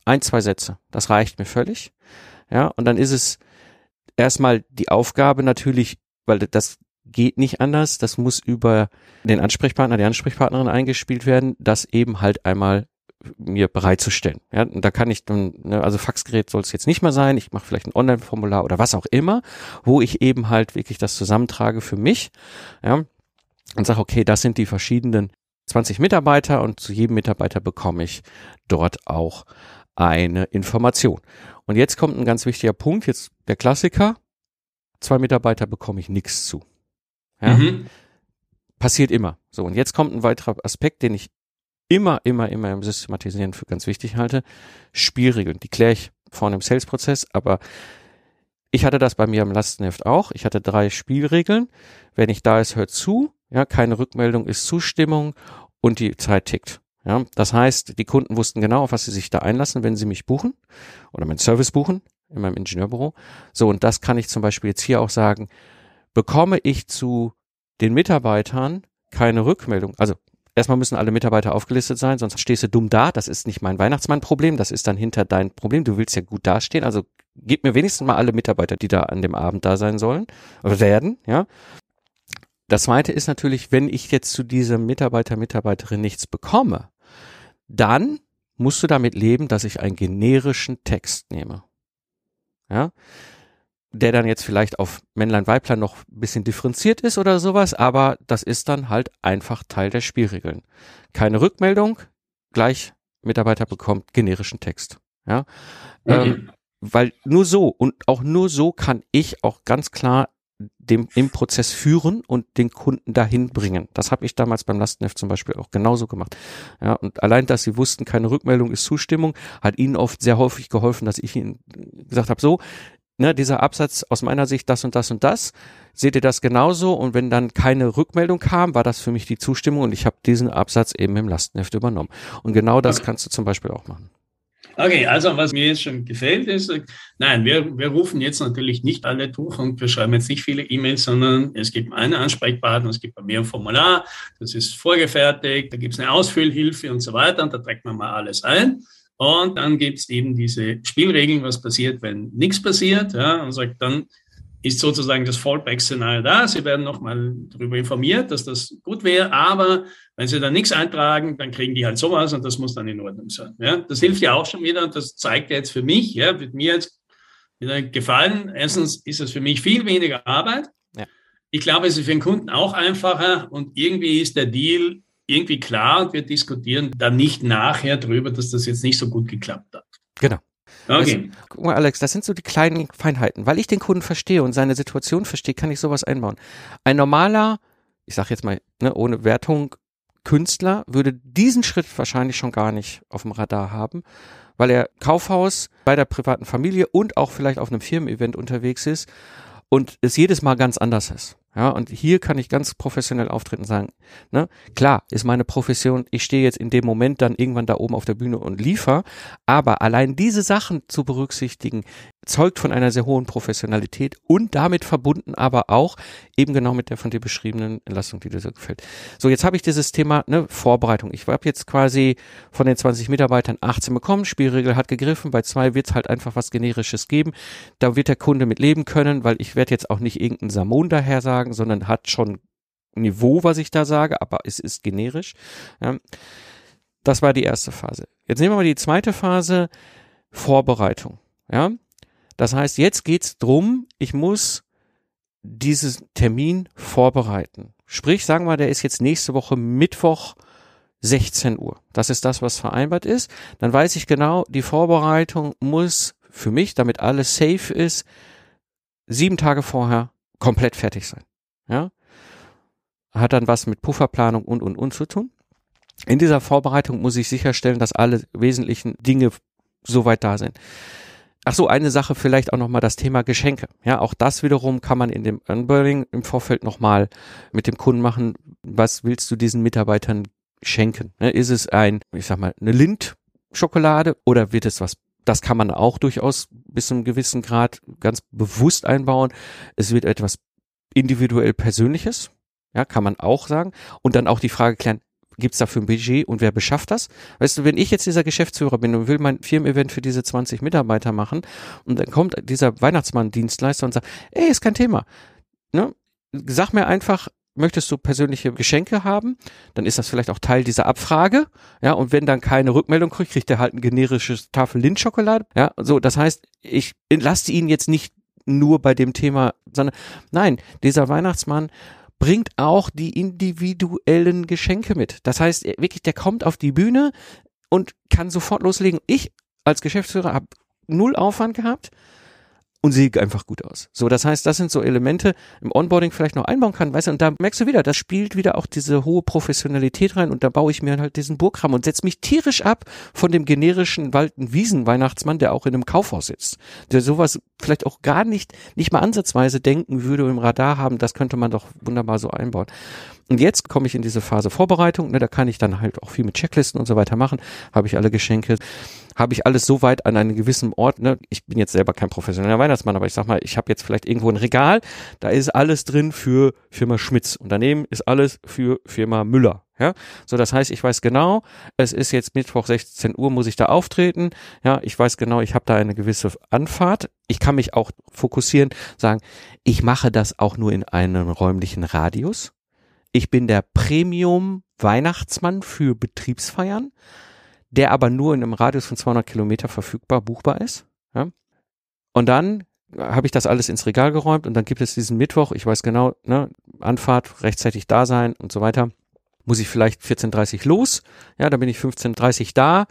1, 2 Sätze. Das reicht mir völlig. Ja, und dann ist es erstmal die Aufgabe natürlich, weil das geht nicht anders, das muss über den Ansprechpartner, die Ansprechpartnerin eingespielt werden, das eben halt einmal mir bereitzustellen. Ja, und da kann ich dann, also Faxgerät soll es jetzt nicht mehr sein, ich mache vielleicht ein Online-Formular oder was auch immer, wo ich eben halt wirklich das zusammentrage für mich, ja, und sage, okay, das sind die verschiedenen 20 Mitarbeiter und zu jedem Mitarbeiter bekomme ich dort auch eine Information. Und jetzt kommt ein ganz wichtiger Punkt, jetzt der Klassiker, 2 Mitarbeiter bekomme ich nichts zu. Ja? Passiert immer. So, und jetzt kommt ein weiterer Aspekt, den ich immer im Systematisieren für ganz wichtig halte. Spielregeln, die kläre ich vorne im Sales-Prozess, aber ich hatte das bei mir im Lastenheft auch. Ich hatte 3 Spielregeln. Wenn nicht da ist, hört zu. Ja, keine Rückmeldung ist Zustimmung und die Zeit tickt. Ja, das heißt, die Kunden wussten genau, auf was sie sich da einlassen, wenn sie mich buchen oder meinen Service buchen in meinem Ingenieurbüro. So, und das kann ich zum Beispiel jetzt hier auch sagen, bekomme ich zu den Mitarbeitern keine Rückmeldung. Also erstmal müssen alle Mitarbeiter aufgelistet sein, sonst stehst du dumm da. Das ist nicht mein Weihnachtsmann-Problem, das ist dann hinter dein Problem. Du willst ja gut dastehen, also gib mir wenigstens mal alle Mitarbeiter, die da an dem Abend da sein sollen oder werden, ja. Das Zweite ist natürlich, wenn ich jetzt zu diesem Mitarbeiterin nichts bekomme, dann musst du damit leben, dass ich einen generischen Text nehme. Ja, der dann jetzt vielleicht auf Männlein, Weiblein noch ein bisschen differenziert ist oder sowas, aber das ist dann halt einfach Teil der Spielregeln. Keine Rückmeldung, Mitarbeiter bekommt generischen Text. Ja, weil nur so und auch nur so kann ich auch ganz klar im Prozess führen und den Kunden dahin bringen. Das habe ich damals beim Lastenheft zum Beispiel auch genauso gemacht. Ja, und allein, dass sie wussten, keine Rückmeldung ist Zustimmung, hat ihnen oft sehr häufig geholfen, dass ich ihnen gesagt habe, so, ne, dieser Absatz aus meiner Sicht das und das und das, seht ihr das genauso? Und wenn dann keine Rückmeldung kam, war das für mich die Zustimmung und ich habe diesen Absatz eben im Lastenheft übernommen. Und genau das kannst du zum Beispiel auch machen. Okay, also was mir jetzt schon gefällt ist, nein, wir rufen jetzt natürlich nicht alle durch und wir schreiben jetzt nicht viele E-Mails, sondern es gibt einen Ansprechpartner, es gibt bei mir ein Formular, das ist vorgefertigt, da gibt es eine Ausfüllhilfe und so weiter und da trägt man mal alles ein. Und dann gibt es eben diese Spielregeln, was passiert, wenn nichts passiert, ja, und sagt dann, ist sozusagen das Fallback-Szenario da. Sie werden nochmal darüber informiert, dass das gut wäre, aber wenn Sie da nichts eintragen, dann kriegen die halt sowas und das muss dann in Ordnung sein. Ja, das hilft ja auch schon wieder und das zeigt ja jetzt für mich, ja, wird mir jetzt wieder gefallen. Erstens ist es für mich viel weniger Arbeit. Ja. Ich glaube, es ist für den Kunden auch einfacher und irgendwie ist der Deal irgendwie klar und wir diskutieren dann nicht nachher drüber, dass das jetzt nicht so gut geklappt hat. Genau. Okay. Guck mal, Alex, das sind so die kleinen Feinheiten. Weil ich den Kunden verstehe und seine Situation verstehe, kann ich sowas einbauen. Ein normaler, ich sag jetzt mal, ne, ohne Wertung, Künstler würde diesen Schritt wahrscheinlich schon gar nicht auf dem Radar haben, weil er Kaufhaus bei der privaten Familie und auch vielleicht auf einem Firmen-Event unterwegs ist und es jedes Mal ganz anders ist. Ja, und hier kann ich ganz professionell auftreten und sagen, ne, klar, ist meine Profession, ich stehe jetzt in dem Moment dann irgendwann da oben auf der Bühne und liefere, aber allein diese Sachen zu berücksichtigen, zeugt von einer sehr hohen Professionalität und damit verbunden aber auch eben genau mit der von dir beschriebenen Entlastung, die dir so gefällt. So, jetzt habe ich dieses Thema, ne, Vorbereitung. Ich habe jetzt quasi von den 20 Mitarbeitern 18 bekommen, Spielregel hat gegriffen, bei 2 wird es halt einfach was Generisches geben. Da wird der Kunde mit leben können, weil ich werde jetzt auch nicht irgendeinen Samon daher sagen, sondern hat schon Niveau, was ich da sage, aber es ist generisch. Ja. Das war die erste Phase. Jetzt nehmen wir mal die zweite Phase, Vorbereitung. Ja. Das heißt, jetzt geht's drum, ich muss diesen Termin vorbereiten. Sprich, sagen wir, der ist jetzt nächste Woche Mittwoch 16 Uhr. Das ist das, was vereinbart ist. Dann weiß ich genau, die Vorbereitung muss für mich, damit alles safe ist, 7 Tage vorher komplett fertig sein. Ja? Hat dann was mit Pufferplanung und zu tun. In dieser Vorbereitung muss ich sicherstellen, dass alle wesentlichen Dinge soweit da sind. Ach so, eine Sache vielleicht auch nochmal das Thema Geschenke. Ja, auch das wiederum kann man in dem Onboarding im Vorfeld nochmal mit dem Kunden machen. Was willst du diesen Mitarbeitern schenken? Ist es eine Lindt-Schokolade oder wird es was? Das kann man auch durchaus bis zu einem gewissen Grad ganz bewusst einbauen. Es wird etwas individuell Persönliches. Ja, kann man auch sagen. Und dann auch die Frage klären, gibt es dafür ein Budget und wer beschafft das? Weißt du, wenn ich jetzt dieser Geschäftsführer bin und will mein Firmen-Event für diese 20 Mitarbeiter machen und dann kommt dieser Weihnachtsmann-Dienstleister und sagt, ey, ist kein Thema. Ne? Sag mir einfach, möchtest du persönliche Geschenke haben? Dann ist das vielleicht auch Teil dieser Abfrage. Ja, und wenn dann keine Rückmeldung kriegt er halt ein generisches Tafel Lindt-Schokolade. Ja, so, das heißt, ich lasse ihn jetzt nicht nur bei dem Thema, sondern nein, dieser Weihnachtsmann bringt auch die individuellen Geschenke mit. Das heißt, wirklich, der kommt auf die Bühne und kann sofort loslegen. Ich als Geschäftsführer habe null Aufwand gehabt und sehe einfach gut aus. So, das heißt, das sind so Elemente im Onboarding vielleicht noch einbauen kann, weißt du, und da merkst du wieder, das spielt wieder auch diese hohe Professionalität rein und da baue ich mir halt diesen Burgkram und setze mich tierisch ab von dem generischen Wiesen-Weihnachtsmann, der auch in einem Kaufhaus sitzt, der sowas vielleicht auch gar nicht mal ansatzweise denken würde und im Radar haben, das könnte man doch wunderbar so einbauen. Und jetzt komme ich in diese Phase Vorbereitung, ne, da kann ich dann halt auch viel mit Checklisten und so weiter machen, habe ich alle Geschenke, habe ich alles so weit an einem gewissen Ort, ne, ich bin jetzt selber kein professioneller Weihnachtsmann, aber ich sag mal, ich habe jetzt vielleicht irgendwo ein Regal, da ist alles drin für Firma Schmitz und daneben ist alles für Firma Müller. Ja, so das heißt, ich weiß genau, es ist jetzt Mittwoch 16 Uhr, muss ich da auftreten. Ja, ich weiß genau, ich habe da eine gewisse Anfahrt. Ich kann mich auch fokussieren, sagen, ich mache das auch nur in einem räumlichen Radius. Ich bin der Premium-Weihnachtsmann für Betriebsfeiern, der aber nur in einem Radius von 200 Kilometer buchbar ist. Ja? Und dann habe ich das alles ins Regal geräumt und dann gibt es diesen Mittwoch, ich weiß genau, ne, Anfahrt, rechtzeitig da sein und so weiter. Muss ich vielleicht 14:30 los, ja, dann bin ich 15:30 da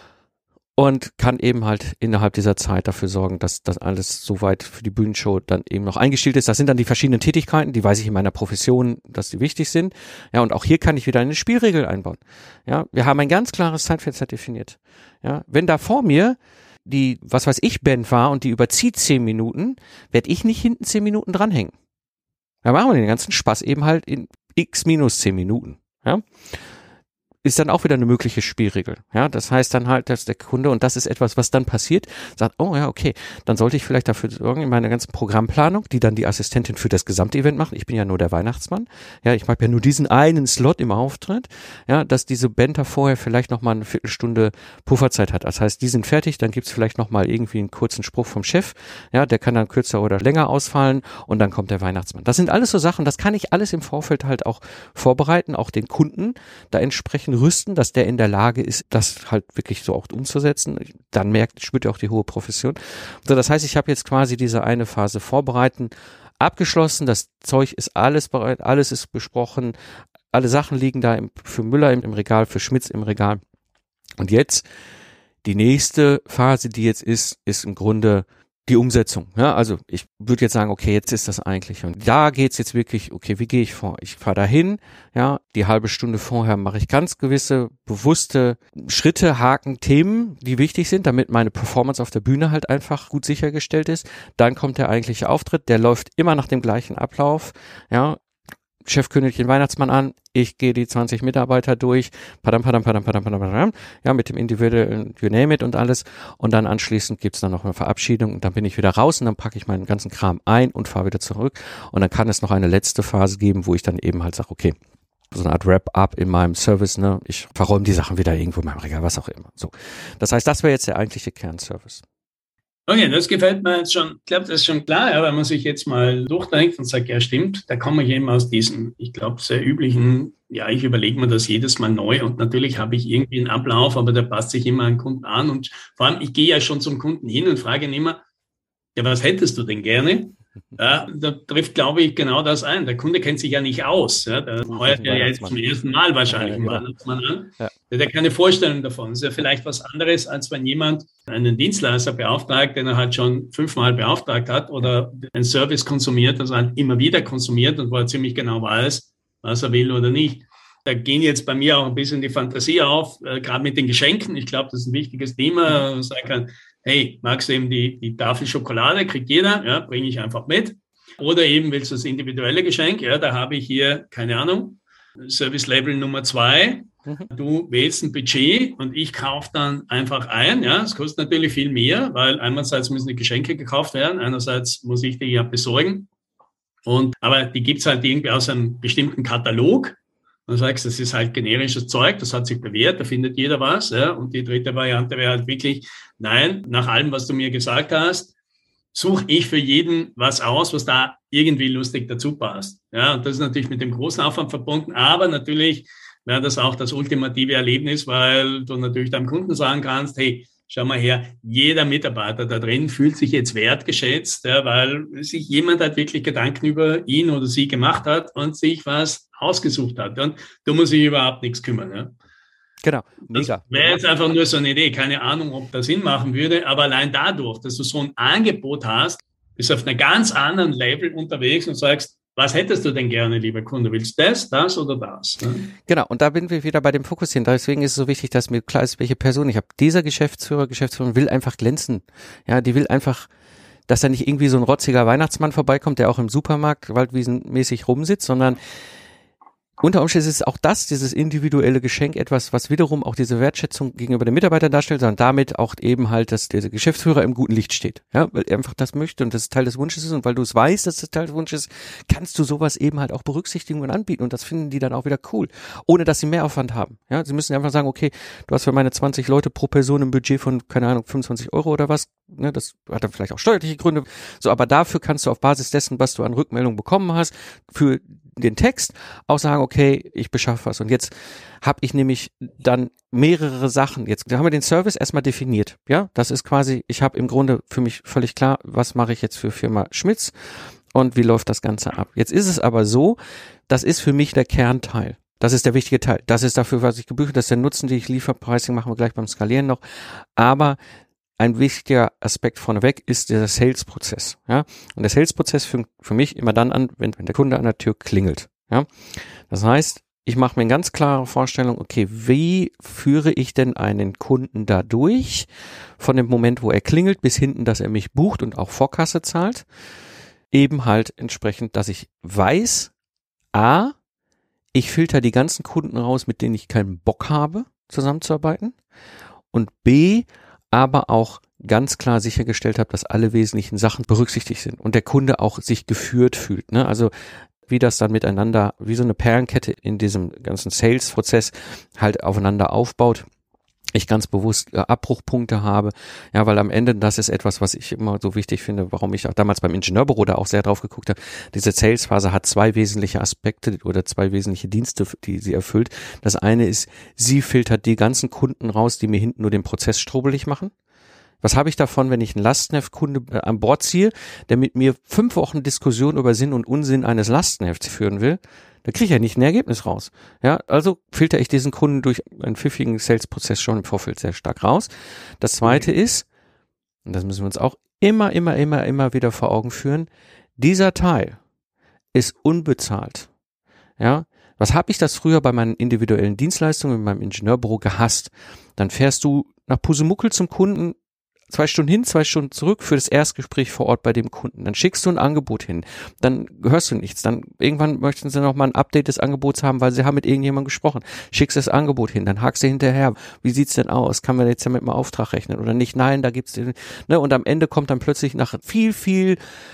und kann eben halt innerhalb dieser Zeit dafür sorgen, dass das alles soweit für die Bühnenshow dann eben noch eingestellt ist. Das sind dann die verschiedenen Tätigkeiten, die weiß ich in meiner Profession, dass die wichtig sind. Ja, und auch hier kann ich wieder eine Spielregel einbauen. Ja, wir haben ein ganz klares Zeitfenster definiert. Ja, wenn da vor mir die, was weiß ich, Band war und die überzieht 10 Minuten, werde ich nicht hinten 10 Minuten dranhängen. Da machen wir den ganzen Spaß eben halt in x minus 10 Minuten. Ja, ist dann auch wieder eine mögliche Spielregel. Ja, das heißt dann halt, dass der Kunde, und das ist etwas, was dann passiert, sagt, oh ja, okay, dann sollte ich vielleicht dafür sorgen, in meiner ganzen Programmplanung, die dann die Assistentin für das Gesamtevent macht, ich bin ja nur der Weihnachtsmann, ja, ich habe ja nur diesen einen Slot im Auftritt, ja, dass diese Band da vorher vielleicht nochmal eine Viertelstunde Pufferzeit hat. Das heißt, die sind fertig, dann gibt's vielleicht nochmal irgendwie einen kurzen Spruch vom Chef, ja, der kann dann kürzer oder länger ausfallen und dann kommt der Weihnachtsmann. Das sind alles so Sachen, das kann ich alles im Vorfeld halt auch vorbereiten, auch den Kunden da entsprechend rüsten, dass der in der Lage ist, das halt wirklich so auch umzusetzen. Dann spürt er auch die hohe Profession. So, das heißt, ich habe jetzt quasi diese eine Phase Vorbereiten abgeschlossen. Das Zeug ist alles bereit, alles ist besprochen. Alle Sachen liegen da für Müller im Regal, für Schmitz im Regal. Und jetzt die nächste Phase, die jetzt ist im Grunde die Umsetzung. Ja, also ich würde jetzt sagen, okay, jetzt ist das eigentlich. Und da geht's jetzt wirklich, okay, wie gehe ich vor? Ich fahre dahin, ja, die halbe Stunde vorher mache ich ganz gewisse, bewusste Schritte, Haken, Themen, die wichtig sind, damit meine Performance auf der Bühne halt einfach gut sichergestellt ist. Dann kommt der eigentliche Auftritt, der läuft immer nach dem gleichen Ablauf, ja. Chef kündigt den Weihnachtsmann an, ich gehe die 20 Mitarbeiter durch, padam, ja, mit dem individuellen You name it und alles und dann anschließend gibt's dann noch eine Verabschiedung und dann bin ich wieder raus und dann packe ich meinen ganzen Kram ein und fahre wieder zurück und dann kann es noch eine letzte Phase geben, wo ich dann eben halt sage, okay, so eine Art Wrap-up in meinem Service, ne, ich verräume die Sachen wieder irgendwo in meinem Regal, was auch immer, so. Das heißt, das wäre jetzt der eigentliche Kernservice. Okay, das gefällt mir jetzt schon. Ich glaube, das ist schon klar, ja, wenn man sich jetzt mal durchdenkt und sagt, ja stimmt, da komme ich eben aus diesem, ich glaube, sehr üblichen, ja, ich überlege mir das jedes Mal neu und natürlich habe ich irgendwie einen Ablauf, aber der passt sich immer an den Kunden an und vor allem, ich gehe ja schon zum Kunden hin und frage ihn immer, ja, was hättest du denn gerne? Ja, da trifft, glaube ich, genau das ein. Der Kunde kennt sich ja nicht aus. Ja, der heuert ja jetzt zum ersten Mal wahrscheinlich einen Weihnachtsmann an. Ja. Der hat keine Vorstellung davon. Das ist ja vielleicht was anderes, als wenn jemand einen Dienstleister beauftragt, den er halt schon 5-mal beauftragt hat oder einen Service konsumiert, also halt immer wieder konsumiert und wo er ziemlich genau weiß, was er will oder nicht. Da gehen jetzt bei mir auch ein bisschen die Fantasie auf, gerade mit den Geschenken. Ich glaube, das ist ein wichtiges Thema. Man sagen kann, hey, magst du eben die Tafel Schokolade, kriegt jeder, ja, bringe ich einfach mit. Oder eben willst du das individuelle Geschenk, ja, da habe ich hier, keine Ahnung, Service Level Nummer 2. Du wählst ein Budget und ich kaufe dann einfach ein, ja, es kostet natürlich viel mehr, weil einerseits müssen die Geschenke gekauft werden, einerseits muss ich die ja besorgen. Aber die gibt's halt irgendwie aus einem bestimmten Katalog. Und du sagst, das ist halt generisches Zeug, das hat sich bewährt, da findet jeder was. Ja? Und die dritte Variante wäre halt wirklich, nein, nach allem, was du mir gesagt hast, suche ich für jeden was aus, was da irgendwie lustig dazu passt. Ja, und das ist natürlich mit dem großen Aufwand verbunden, aber natürlich wäre das auch das ultimative Erlebnis, weil du natürlich deinem Kunden sagen kannst, hey, schau mal her, jeder Mitarbeiter da drin fühlt sich jetzt wertgeschätzt, ja, weil sich jemand halt wirklich Gedanken über ihn oder sie gemacht hat und sich was ausgesucht hat. Und du musst dich überhaupt nichts kümmern. Ja. Genau, mega. Das wäre jetzt einfach nur so eine Idee. Keine Ahnung, ob das Sinn machen würde, aber allein dadurch, dass du so ein Angebot hast, bist du auf einem ganz anderen Level unterwegs und sagst, was hättest du denn gerne, lieber Kunde? Willst du das oder das? Genau, und da sind wir wieder bei dem Fokussieren. Deswegen ist es so wichtig, dass mir klar ist, welche Person ich habe. Dieser Geschäftsführerin will einfach glänzen. Ja, die will einfach, dass da nicht irgendwie so ein rotziger Weihnachtsmann vorbeikommt, der auch im Supermarkt waldwiesenmäßig rumsitzt, sondern unter Umständen ist auch das, dieses individuelle Geschenk, etwas, was wiederum auch diese Wertschätzung gegenüber den Mitarbeitern darstellt, sondern damit auch eben halt, dass der Geschäftsführer im guten Licht steht. Ja, weil er einfach das möchte und das Teil des Wunsches ist und weil du es weißt, dass das Teil des Wunsches ist, kannst du sowas eben halt auch berücksichtigen und anbieten und das finden die dann auch wieder cool, ohne dass sie Mehraufwand haben. Ja, sie müssen einfach sagen, okay, du hast für meine 20 Leute pro Person ein Budget von, keine Ahnung, 25 € oder was, ne, das hat dann vielleicht auch steuerliche Gründe, so, aber dafür kannst du auf Basis dessen, was du an Rückmeldung bekommen hast, für den Text auch sagen, okay, ich beschaffe was. Und jetzt habe ich nämlich dann mehrere Sachen. Jetzt haben wir den Service erstmal definiert. Ja, das ist quasi, ich habe im Grunde für mich völlig klar, was mache ich jetzt für Firma Schmitz und wie läuft das Ganze ab. Jetzt ist es aber so, das ist für mich der Kernteil. Das ist der wichtige Teil. Das ist dafür, was ich gebügelt, das ist der Nutzen, den ich liefere. Pricing machen wir gleich beim Skalieren noch. Aber ein wichtiger Aspekt vorneweg ist der Sales-Prozess. Ja? Und der Sales-Prozess fängt für mich immer dann an, wenn der Kunde an der Tür klingelt. Ja? Das heißt, ich mache mir eine ganz klare Vorstellung, okay, wie führe ich denn einen Kunden da durch, von dem Moment, wo er klingelt, bis hinten, dass er mich bucht und auch Vorkasse zahlt, eben halt entsprechend, dass ich weiß, A, ich filter die ganzen Kunden raus, mit denen ich keinen Bock habe, zusammenzuarbeiten, und B, aber auch ganz klar sichergestellt habe, dass alle wesentlichen Sachen berücksichtigt sind und der Kunde auch sich geführt fühlt. Ne? Also wie das dann miteinander, wie so eine Perlenkette in diesem ganzen Sales-Prozess halt aufeinander aufbaut. Ich ganz bewusst Abbruchpunkte habe, ja, weil am Ende, das ist etwas, was ich immer so wichtig finde, warum ich auch damals beim Ingenieurbüro da auch sehr drauf geguckt habe. Diese Sales-Phase hat zwei wesentliche Aspekte oder zwei wesentliche Dienste, die sie erfüllt. Das eine ist, sie filtert die ganzen Kunden raus, die mir hinten nur den Prozess strubbelig machen. Was habe ich davon, wenn ich einen Lastenheftkunde an Bord ziehe, der mit mir 5 Wochen Diskussion über Sinn und Unsinn eines Lastenhefts führen will? Da kriege ich ja nicht ein Ergebnis raus. Ja, also filter ich diesen Kunden durch einen pfiffigen Sales-Prozess schon im Vorfeld sehr stark raus. Das zweite ist, und das müssen wir uns auch immer wieder vor Augen führen, dieser Teil ist unbezahlt. Ja, was habe ich das früher bei meinen individuellen Dienstleistungen in meinem Ingenieurbüro gehasst? Dann fährst du nach Pusemuckel zum Kunden, 2 Stunden hin, 2 Stunden zurück für das Erstgespräch vor Ort bei dem Kunden. Dann schickst du ein Angebot hin. Dann hörst du nichts. Dann irgendwann möchten sie noch mal ein Update des Angebots haben, weil sie haben mit irgendjemandem gesprochen. Schickst das Angebot hin. Dann hakst du hinterher. Wie sieht's denn aus? Kann man jetzt ja mit einem Auftrag rechnen oder nicht? Nein, da gibt's den, ne? Und am Ende kommt dann plötzlich nach viel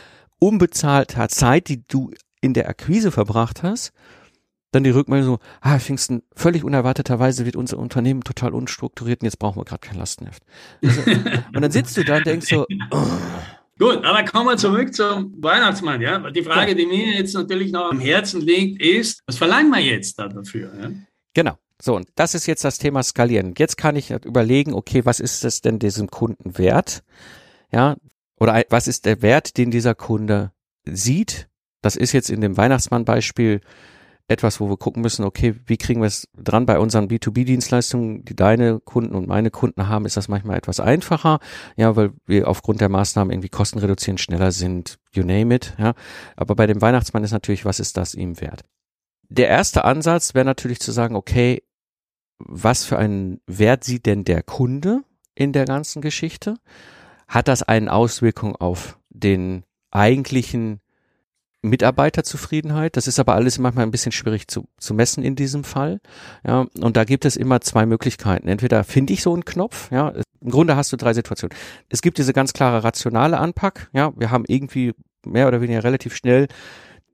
unbezahlter Zeit, die du in der Akquise verbracht hast, dann die Rückmeldung so, Pfingsten, völlig unerwarteterweise wird unser Unternehmen total unstrukturiert und jetzt brauchen wir gerade kein Lastenheft. Also, und dann sitzt du da und denkst so, Gut, aber kommen wir zurück zum Weihnachtsmann. Ja? Die Frage, die mir jetzt natürlich noch am Herzen liegt, ist, was verlangen wir jetzt da dafür? Ja? Genau. So, und das ist jetzt das Thema Skalieren. Jetzt kann ich überlegen, okay, was ist es denn diesem Kunden wert? Ja, oder was ist der Wert, den dieser Kunde sieht? Das ist jetzt in dem Weihnachtsmann-Beispiel etwas, wo wir gucken müssen, okay, wie kriegen wir es dran bei unseren B2B-Dienstleistungen, die deine Kunden und meine Kunden haben, ist das manchmal etwas einfacher, ja, weil wir aufgrund der Maßnahmen irgendwie Kosten reduzieren, schneller sind, you name it, ja. Aber bei dem Weihnachtsmann ist natürlich, was ist das ihm wert? Der erste Ansatz wäre natürlich zu sagen, okay, was für einen Wert sieht denn der Kunde in der ganzen Geschichte? Hat das eine Auswirkung auf den eigentlichen Mitarbeiterzufriedenheit? Das ist aber alles manchmal ein bisschen schwierig zu messen in diesem Fall. Ja, und da gibt es immer 2 Möglichkeiten. Entweder finde ich so einen Knopf, ja, im Grunde hast du 3 Situationen. Es gibt diese ganz klare rationale Anpack, ja, wir haben irgendwie mehr oder weniger relativ schnell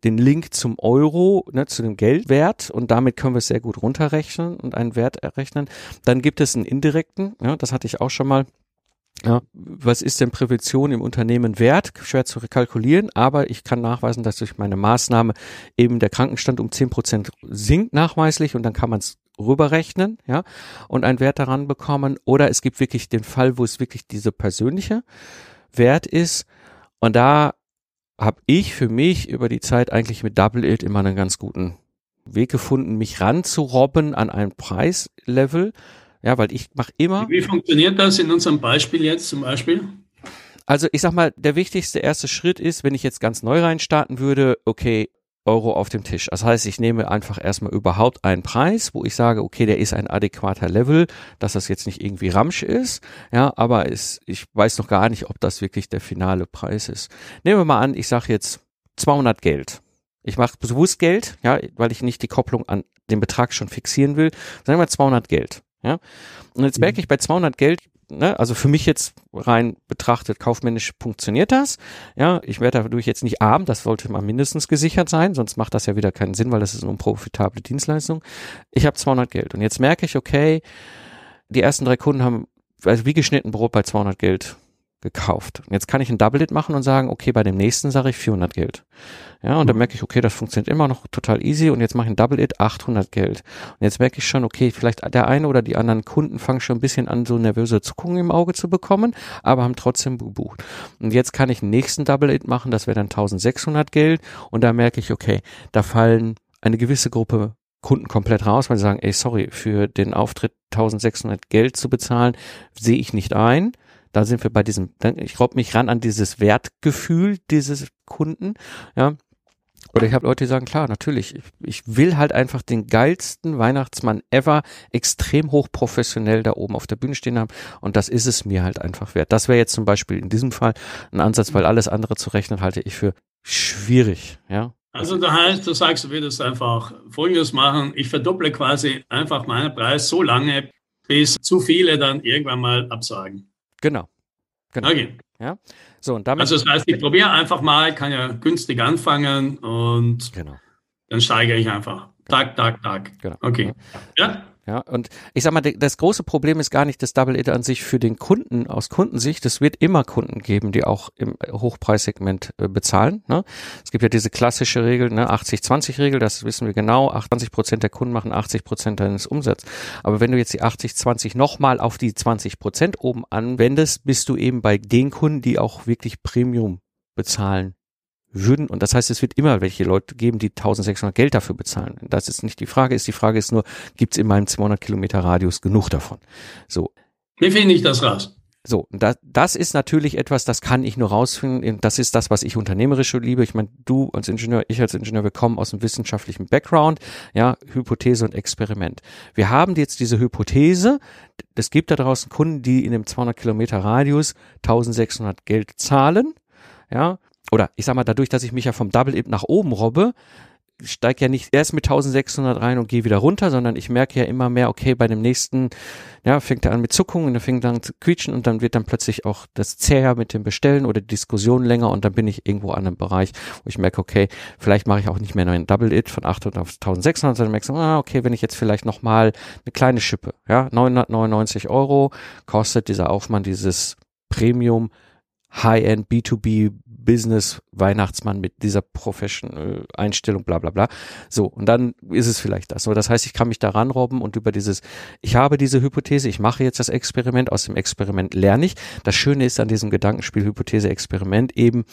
den Link zum Euro, ne, zu dem Geldwert, und damit können wir es sehr gut runterrechnen und einen Wert errechnen. Dann gibt es einen indirekten, ja, das hatte ich auch schon mal. Ja, was ist denn Prävention im Unternehmen wert? Schwer zu kalkulieren, aber ich kann nachweisen, dass durch meine Maßnahme eben der Krankenstand um 10% sinkt nachweislich, und dann kann man es rüberrechnen, ja, und einen Wert daran bekommen. Oder es gibt wirklich den Fall, wo es wirklich dieser persönliche Wert ist, und da habe ich für mich über die Zeit eigentlich mit Double It immer einen ganz guten Weg gefunden, mich ranzurobben an ein Preislevel. Ja, weil ich mache immer. Wie funktioniert das in unserem Beispiel jetzt zum Beispiel? Also ich sag mal, der wichtigste erste Schritt ist, wenn ich jetzt ganz neu reinstarten würde, okay, Euro auf dem Tisch. Das heißt, ich nehme einfach erstmal überhaupt einen Preis, wo ich sage, okay, der ist ein adäquater Level, dass das jetzt nicht irgendwie Ramsch ist, ja, aber ich weiß noch gar nicht, ob das wirklich der finale Preis ist. Nehmen wir mal an, ich sage jetzt 200 Geld. Ich mache bewusst Geld, ja, weil ich nicht die Kopplung an den Betrag schon fixieren will. Sagen wir 200 Geld. Ja, und jetzt merke ich bei 200 Geld, ne, also für mich jetzt rein betrachtet, kaufmännisch funktioniert das. Ja, ich werde dadurch jetzt nicht arm, das sollte mal mindestens gesichert sein, sonst macht das ja wieder keinen Sinn, weil das ist eine unprofitable Dienstleistung. Ich habe 200 Geld und jetzt merke ich, okay, die ersten 3 Kunden haben, also wie geschnitten Brot bei 200 Geld gekauft. Und jetzt kann ich ein Double-It machen und sagen, okay, bei dem nächsten sage ich 400 Geld. Ja, und dann merke ich, okay, das funktioniert immer noch total easy, und jetzt mache ich ein Double-It, 800 Geld. Und jetzt merke ich schon, okay, vielleicht der eine oder die anderen Kunden fangen schon ein bisschen an, so nervöse Zuckungen im Auge zu bekommen, aber haben trotzdem gebucht. Und jetzt kann ich einen nächsten Double-It machen, das wäre dann 1600 Geld, und da merke ich, okay, da fallen eine gewisse Gruppe Kunden komplett raus, weil sie sagen, ey, sorry, für den Auftritt 1600 Geld zu bezahlen, sehe ich nicht ein. Da sind wir bei diesem, ich robb mich ran an dieses Wertgefühl dieses Kunden, ja. Oder ich habe Leute, die sagen, klar, natürlich, ich will halt einfach den geilsten Weihnachtsmann ever extrem hochprofessionell da oben auf der Bühne stehen haben, und das ist es mir halt einfach wert. Das wäre jetzt zum Beispiel in diesem Fall ein Ansatz, weil alles andere zu rechnen halte ich für schwierig, ja. Also da heißt, du sagst, du würdest einfach Folgendes machen, ich verdopple quasi einfach meinen Preis so lange, bis zu viele dann irgendwann mal absagen. Genau. Okay. Ja. So, und damit. Also das heißt, ich probiere einfach mal, kann ja günstig anfangen, und dann steigere ich einfach. Tag. Genau. Okay. Ja. Ja, und ich sag mal, das große Problem ist gar nicht das Double-It an sich für den Kunden aus Kundensicht. Es wird immer Kunden geben, die auch im Hochpreissegment bezahlen. Ne? Es gibt ja diese klassische Regel, ne, 80-20-Regel, das wissen wir genau. 28% der Kunden machen 80% deines Umsatzes. Aber wenn du jetzt die 80-20 nochmal auf die 20% oben anwendest, bist du eben bei den Kunden, die auch wirklich Premium bezahlen würden, und das heißt, es wird immer welche Leute geben, die 1600 Geld dafür bezahlen. Das ist nicht die Frage, die Frage ist nur, gibt es in meinem 200 Kilometer Radius genug davon? So. Wie finde ich das raus? So, das ist natürlich etwas, das kann ich nur rausfinden. Das ist das, was ich unternehmerisch liebe. Ich meine, du als Ingenieur, ich als Ingenieur, wir kommen aus einem wissenschaftlichen Background, ja, Hypothese und Experiment. Wir haben jetzt diese Hypothese, es gibt da draußen Kunden, die in dem 200 Kilometer Radius 1600 Geld zahlen, ja. Oder ich sag mal, dadurch, dass ich mich ja vom Double-It nach oben robbe, steige ja nicht erst mit 1600 rein und gehe wieder runter, sondern ich merke ja immer mehr, okay, bei dem nächsten, ja, fängt er an mit Zuckungen, dann fängt er an zu quietschen, und dann wird dann plötzlich auch das zäher mit dem Bestellen oder die Diskussion länger, und dann bin ich irgendwo an einem Bereich, wo ich merke, okay, vielleicht mache ich auch nicht mehr nur ein Double-It von 800 auf 1600, sondern merke so, okay, wenn ich jetzt vielleicht nochmal eine kleine Schippe, ja, 999 € kostet dieser Aufwand, dieses Premium High-End B2B Business Weihnachtsmann mit dieser Professional Einstellung, bla bla bla. So, und dann ist es vielleicht das. So, das heißt, ich kann mich da ranrobben und über ich habe diese Hypothese, ich mache jetzt das Experiment, aus dem Experiment lerne ich. Das Schöne ist an diesem Gedankenspiel Hypothese-Experiment eben,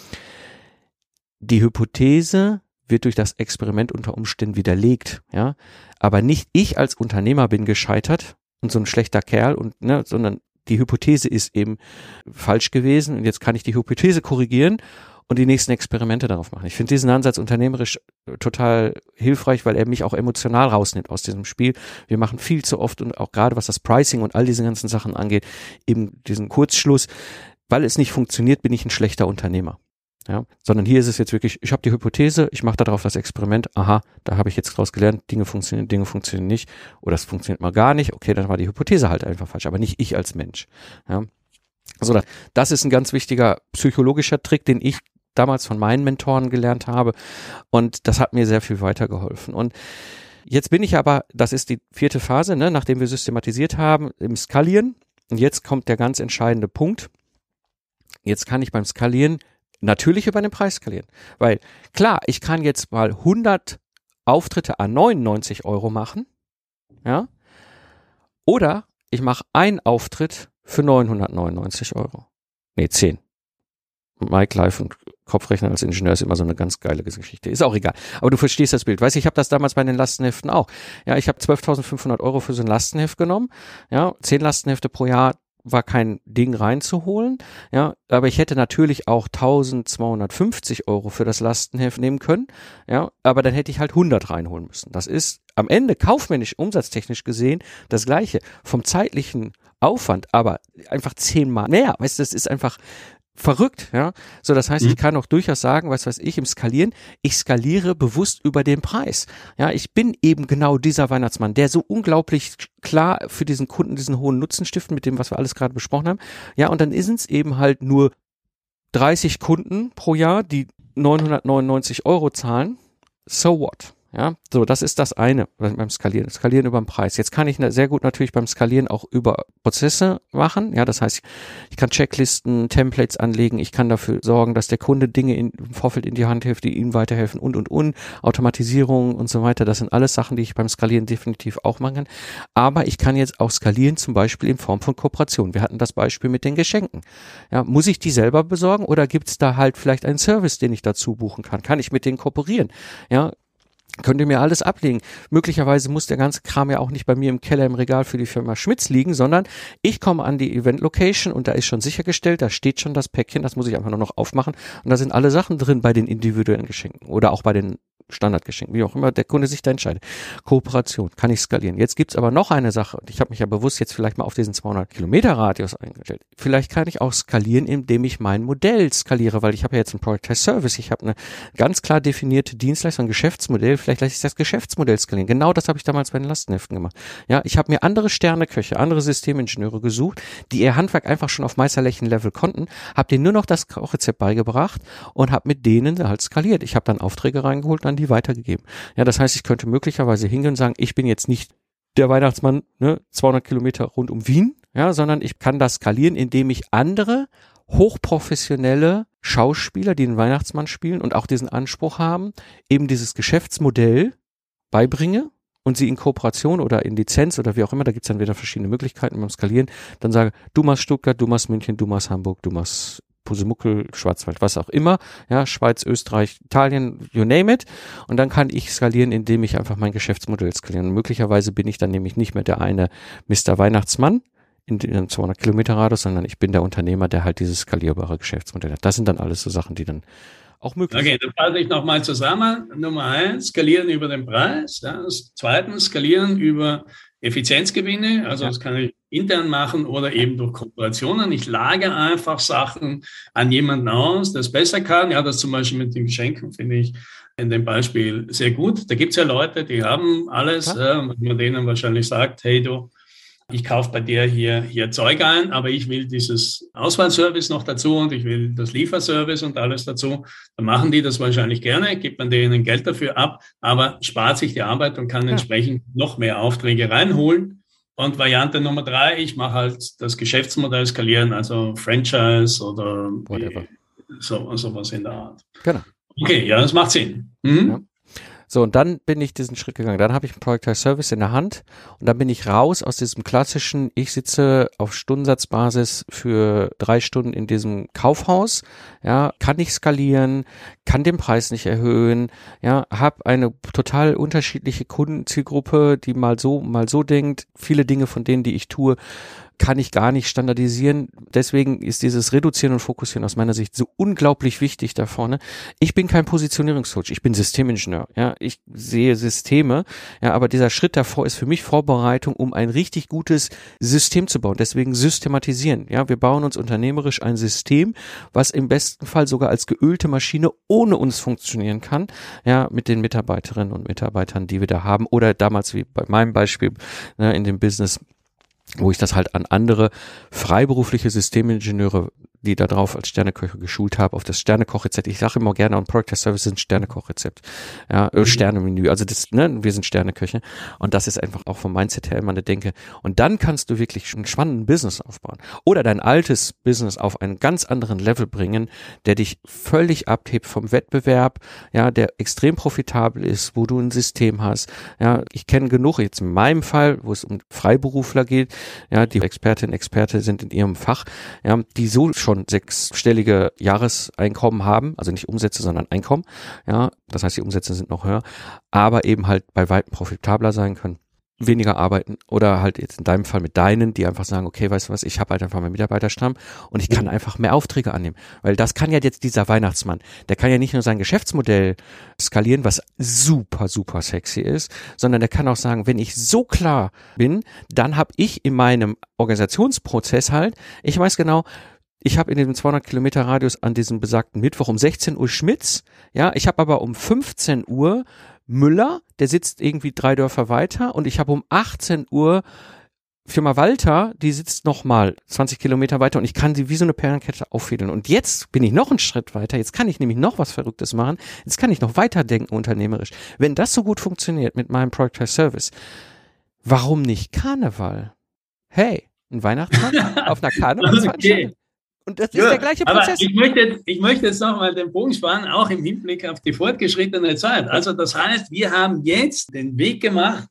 die Hypothese wird durch das Experiment unter Umständen widerlegt, ja. Aber nicht ich als Unternehmer bin gescheitert und so ein schlechter Kerl und, ne, sondern die Hypothese ist eben falsch gewesen, und jetzt kann ich die Hypothese korrigieren und die nächsten Experimente darauf machen. Ich finde diesen Ansatz unternehmerisch total hilfreich, weil er mich auch emotional rausnimmt aus diesem Spiel. Wir machen viel zu oft, und auch gerade was das Pricing und all diese ganzen Sachen angeht, eben diesen Kurzschluss, weil es nicht funktioniert, bin ich ein schlechter Unternehmer. Ja, sondern hier ist es jetzt wirklich, ich habe die Hypothese, ich mache darauf das Experiment, aha, da habe ich jetzt draus gelernt, Dinge funktionieren nicht, oder es funktioniert mal gar nicht, okay, dann war die Hypothese halt einfach falsch, aber nicht ich als Mensch. Ja, also das ist ein ganz wichtiger psychologischer Trick, den ich damals von meinen Mentoren gelernt habe. Und das hat mir sehr viel weitergeholfen. Und jetzt bin ich aber, das ist die 4. Phase, ne, nachdem wir systematisiert haben, im Skalieren. Und jetzt kommt der ganz entscheidende Punkt. Jetzt kann ich beim Skalieren natürlich über den Preis skalieren. Weil klar, ich kann jetzt mal 100 Auftritte an 99 € machen. Ja. Oder ich mache einen Auftritt für 999 €. Nee, 10. Mike Live und Kopfrechnen als Ingenieur ist immer so eine ganz geile Geschichte. Ist auch egal. Aber du verstehst das Bild. Weißt du, ich habe das damals bei den Lastenheften auch. Ja, ich habe 12.500 € für so ein Lastenheft genommen. Ja, 10 Lastenhefte pro Jahr war kein Ding reinzuholen. Ja, aber ich hätte natürlich auch 1.250 € für das Lastenheft nehmen können. Ja, aber dann hätte ich halt 100 reinholen müssen. Das ist am Ende kaufmännisch, umsatztechnisch gesehen das Gleiche. Vom zeitlichen Aufwand, aber einfach 10-mal mehr. Weißt du, das ist einfach verrückt, ja. So, das heißt, ich kann auch durchaus sagen, was weiß ich, im Skalieren, ich skaliere bewusst über den Preis. Ja, ich bin eben genau dieser Weihnachtsmann, der so unglaublich klar für diesen Kunden diesen hohen Nutzen stiftet, mit dem, was wir alles gerade besprochen haben. Ja, und dann ist es eben halt nur 30 Kunden pro Jahr, die 999 € zahlen. So what? Ja, so, das ist das eine beim Skalieren. Skalieren über den Preis. Jetzt kann ich sehr gut natürlich beim Skalieren auch über Prozesse machen. Ja, das heißt, ich kann Checklisten, Templates anlegen. Ich kann dafür sorgen, dass der Kunde Dinge im Vorfeld in die Hand hilft, die ihm weiterhelfen und. Automatisierung und so weiter. Das sind alles Sachen, die ich beim Skalieren definitiv auch machen kann. Aber ich kann jetzt auch skalieren, zum Beispiel in Form von Kooperation. Wir hatten das Beispiel mit den Geschenken. Ja, muss ich die selber besorgen oder gibt es da halt vielleicht einen Service, den ich dazu buchen kann? Kann ich mit denen kooperieren? Ja, könnt ihr mir alles ablegen. Möglicherweise muss der ganze Kram ja auch nicht bei mir im Keller im Regal für die Firma Schmitz liegen, sondern ich komme an die Event-Location und da ist schon sichergestellt, da steht schon das Päckchen, das muss ich einfach nur noch aufmachen und da sind alle Sachen drin bei den individuellen Geschenken oder auch bei den Standardgeschenken, wie auch immer der Kunde sich da entscheidet. Kooperation, kann ich skalieren. Jetzt gibt's aber noch eine Sache und ich habe mich ja bewusst jetzt vielleicht mal auf diesen 200 Kilometer Radius eingestellt. Vielleicht kann ich auch skalieren, indem ich mein Modell skaliere, weil ich habe ja jetzt ein Productized Service, ich habe eine ganz klar definierte Dienstleistung, ein Geschäftsmodell, vielleicht lasse ich das Geschäftsmodell skalieren. Genau das habe ich damals bei den Lastenheften gemacht. Ja, ich habe mir andere Sterneköche, andere Systemingenieure gesucht, die ihr Handwerk einfach schon auf Meisterlechen-Level konnten, habe denen nur noch das Kochrezept beigebracht und habe mit denen halt skaliert. Ich habe dann Aufträge reingeholt und die weitergegeben. Ja, das heißt, ich könnte möglicherweise hingehen und sagen, ich bin jetzt nicht der Weihnachtsmann, 200 Kilometer rund um Wien, ja, sondern ich kann das skalieren, indem ich andere hochprofessionelle Schauspieler, die den Weihnachtsmann spielen und auch diesen Anspruch haben, eben dieses Geschäftsmodell beibringe und sie in Kooperation oder in Lizenz oder wie auch immer, da gibt's dann wieder verschiedene Möglichkeiten beim Skalieren, dann sage, du machst Stuttgart, du machst München, du machst Hamburg, du machst Pusemuckel, Schwarzwald, was auch immer, ja, Schweiz, Österreich, Italien, you name it. Und dann kann ich skalieren, indem ich einfach mein Geschäftsmodell skaliere. Und möglicherweise bin ich dann nämlich nicht mehr der eine Mr. Weihnachtsmann in einem 200 Kilometer Radius, sondern ich bin der Unternehmer, der halt dieses skalierbare Geschäftsmodell hat. Das sind dann alles so Sachen, die dann auch möglich sind. Okay, dann fasse ich nochmal zusammen. Nummer 1, skalieren über den Preis. Ja. Zweitens, skalieren über Effizienzgewinne. Also das kann ich intern machen oder eben durch Kooperationen. Ich lagere einfach Sachen an jemanden aus, der es besser kann. Ja, das zum Beispiel mit den Geschenken finde ich in dem Beispiel sehr gut. Da gibt es ja Leute, die haben alles, wenn man denen wahrscheinlich sagt, hey du, ich kaufe bei dir hier Zeug ein, aber ich will dieses Auswahlservice noch dazu und ich will das Lieferservice und alles dazu. Dann machen die das wahrscheinlich gerne, gibt man denen Geld dafür ab, aber spart sich die Arbeit und kann entsprechend noch mehr Aufträge reinholen. Und Variante Nummer 3, ich mache halt das Geschäftsmodell skalieren, also Franchise oder sowas in der Art. Genau. Okay, ja, das macht Sinn. Mhm. Ja. So, und dann bin ich diesen Schritt gegangen. Dann habe ich einen Productized Service in der Hand und dann bin ich raus aus diesem klassischen, ich sitze auf Stundensatzbasis für 3 Stunden in diesem Kaufhaus, ja, kann nicht skalieren, kann den Preis nicht erhöhen, ja, habe eine total unterschiedliche Kundenzielgruppe, die mal so denkt, viele Dinge von denen, die ich tue, kann ich gar nicht standardisieren. Deswegen ist dieses Reduzieren und Fokussieren aus meiner Sicht so unglaublich wichtig da vorne. Ich bin kein Positionierungscoach, ich bin Systemingenieur. Ja, ich sehe Systeme, ja, aber dieser Schritt davor ist für mich Vorbereitung, um ein richtig gutes System zu bauen. Deswegen systematisieren. Ja, wir bauen uns unternehmerisch ein System, was im besten Fall sogar als geölte Maschine ohne uns funktionieren kann. Ja, mit den Mitarbeiterinnen und Mitarbeitern, die wir da haben. Oder damals wie bei meinem Beispiel in dem Business, wo ich das halt an andere freiberufliche Systemingenieure die da drauf als Sterneköche geschult habe, auf das Sternekochrezept. Ich sage immer gerne, und Product as Service ist ein Sternekochrezept. Ja, Sternemenü. Also das, ne, wir sind Sterneköche. Und das ist einfach auch vom Mindset her immer eine Denke. Und dann kannst du wirklich ein spannendes Business aufbauen. Oder dein altes Business auf einen ganz anderen Level bringen, der dich völlig abhebt vom Wettbewerb, ja, der extrem profitabel ist, wo du ein System hast. Ja, ich kenne genug, jetzt in meinem Fall, wo es um Freiberufler geht, ja, die Expertinnen und Experten sind in ihrem Fach, ja, die so schon 6-stellige Jahreseinkommen haben, also nicht Umsätze, sondern Einkommen, ja, das heißt, die Umsätze sind noch höher, aber eben halt bei weitem profitabler sein können, weniger arbeiten oder halt jetzt in deinem Fall mit deinen, die einfach sagen, okay, weißt du was, ich habe halt einfach meinen Mitarbeiterstamm und ich kann einfach mehr Aufträge annehmen, weil das kann ja jetzt dieser Weihnachtsmann, der kann ja nicht nur sein Geschäftsmodell skalieren, was super, super sexy ist, sondern der kann auch sagen, wenn ich so klar bin, dann habe ich in meinem Organisationsprozess halt, ich weiß genau, ich habe in dem 200 Kilometer Radius an diesem besagten Mittwoch um 16 Uhr Schmitz, ja, ich habe aber um 15 Uhr Müller, der sitzt irgendwie 3 Dörfer weiter und ich habe um 18 Uhr Firma Walter, die sitzt nochmal 20 Kilometer weiter und ich kann sie wie so eine Perlenkette auffädeln. Und jetzt bin ich noch einen Schritt weiter, jetzt kann ich nämlich noch was Verrücktes machen, jetzt kann ich noch weiterdenken unternehmerisch. Wenn das so gut funktioniert mit meinem Product as Service, warum nicht Karneval? Hey, ein Weihnachtsmann auf einer Karnevalsveranstaltung? Und das ist der gleiche Prozess. Aber ich möchte jetzt nochmal den Bogen spannen, auch im Hinblick auf die fortgeschrittene Zeit. Also das heißt, wir haben jetzt den Weg gemacht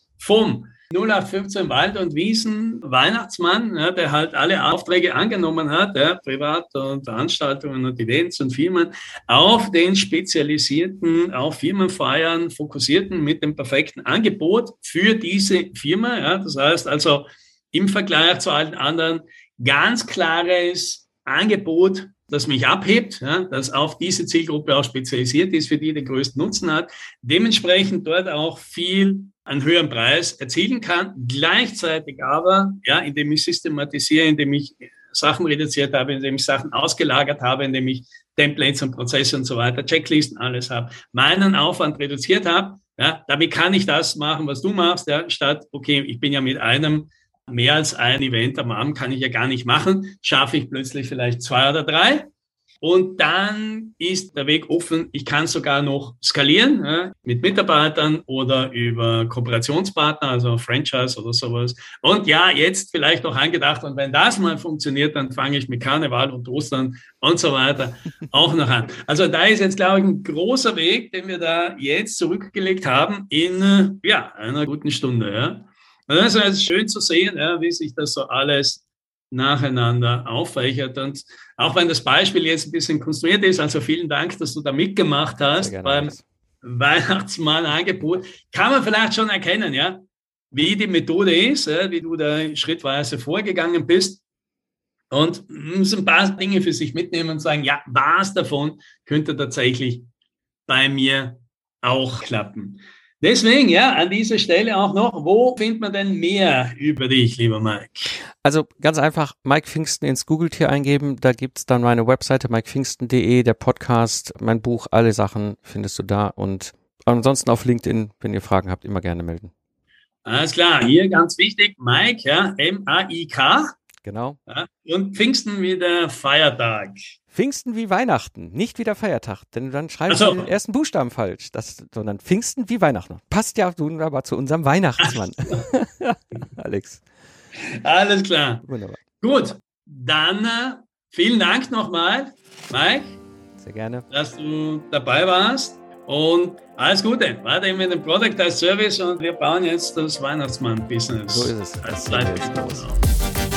vom 0815 Wald- und Wiesen-Weihnachtsmann, ja, der halt alle Aufträge angenommen hat, ja, Privat- und Veranstaltungen und Events und Firmen, auf den spezialisierten, auf Firmenfeiern fokussierten mit dem perfekten Angebot für diese Firma. Ja. Das heißt also im Vergleich zu allen anderen ganz klares Angebot, das mich abhebt, ja, das auf diese Zielgruppe auch spezialisiert ist, für die den größten Nutzen hat, dementsprechend dort auch viel einen höheren Preis erzielen kann, gleichzeitig aber, ja, indem ich systematisiere, indem ich Sachen reduziert habe, indem ich Sachen ausgelagert habe, indem ich Templates und Prozesse und so weiter, Checklisten, alles habe, meinen Aufwand reduziert habe, ja, damit kann ich das machen, was du machst, ja, statt, okay, ich bin ja mit einem mehr als ein Event am Abend kann ich ja gar nicht machen, schaffe ich plötzlich vielleicht 2 oder 3 und dann ist der Weg offen, ich kann sogar noch skalieren, ja, mit Mitarbeitern oder über Kooperationspartner, also Franchise oder sowas und ja, jetzt vielleicht noch angedacht und wenn das mal funktioniert, dann fange ich mit Karneval und Ostern und so weiter auch noch an. Also da ist jetzt, glaube ich, ein großer Weg, den wir da jetzt zurückgelegt haben in ja, einer guten Stunde, ja. Und das ist schön zu sehen, ja, wie sich das so alles nacheinander aufweichert. Und auch wenn das Beispiel jetzt ein bisschen konstruiert ist, also vielen Dank, dass du da mitgemacht hast beim Weihnachtsmann-Angebot, kann man vielleicht schon erkennen, ja, wie die Methode ist, ja, wie du da schrittweise vorgegangen bist. Und so ein paar Dinge für sich mitnehmen und sagen, ja, was davon könnte tatsächlich bei mir auch klappen. Deswegen, ja, an dieser Stelle auch noch, wo findet man denn mehr über dich, lieber Mike? Also ganz einfach, Mike Pfingsten ins Google-Tier eingeben, da gibt's dann meine Webseite mikepfingsten.de, der Podcast, mein Buch, alle Sachen findest du da und ansonsten auf LinkedIn, wenn ihr Fragen habt, immer gerne melden. Alles klar, hier ganz wichtig, Mike, ja, M-A-I-K. Genau. Ja, und Pfingsten wie der Feiertag. Pfingsten wie Weihnachten, nicht wie der Feiertag, denn dann schreibst du den ersten Buchstaben falsch, sondern Pfingsten wie Weihnachten. Passt ja wunderbar zu unserem Weihnachtsmann. Alex. Alles klar. Wunderbar. Gut, dann vielen Dank nochmal, Mike. Sehr gerne. Dass du dabei warst und alles Gute. Weiterhin mit dem Product as Service und wir bauen jetzt das Weihnachtsmann-Business. So ist es. Das bleibt jetzt los.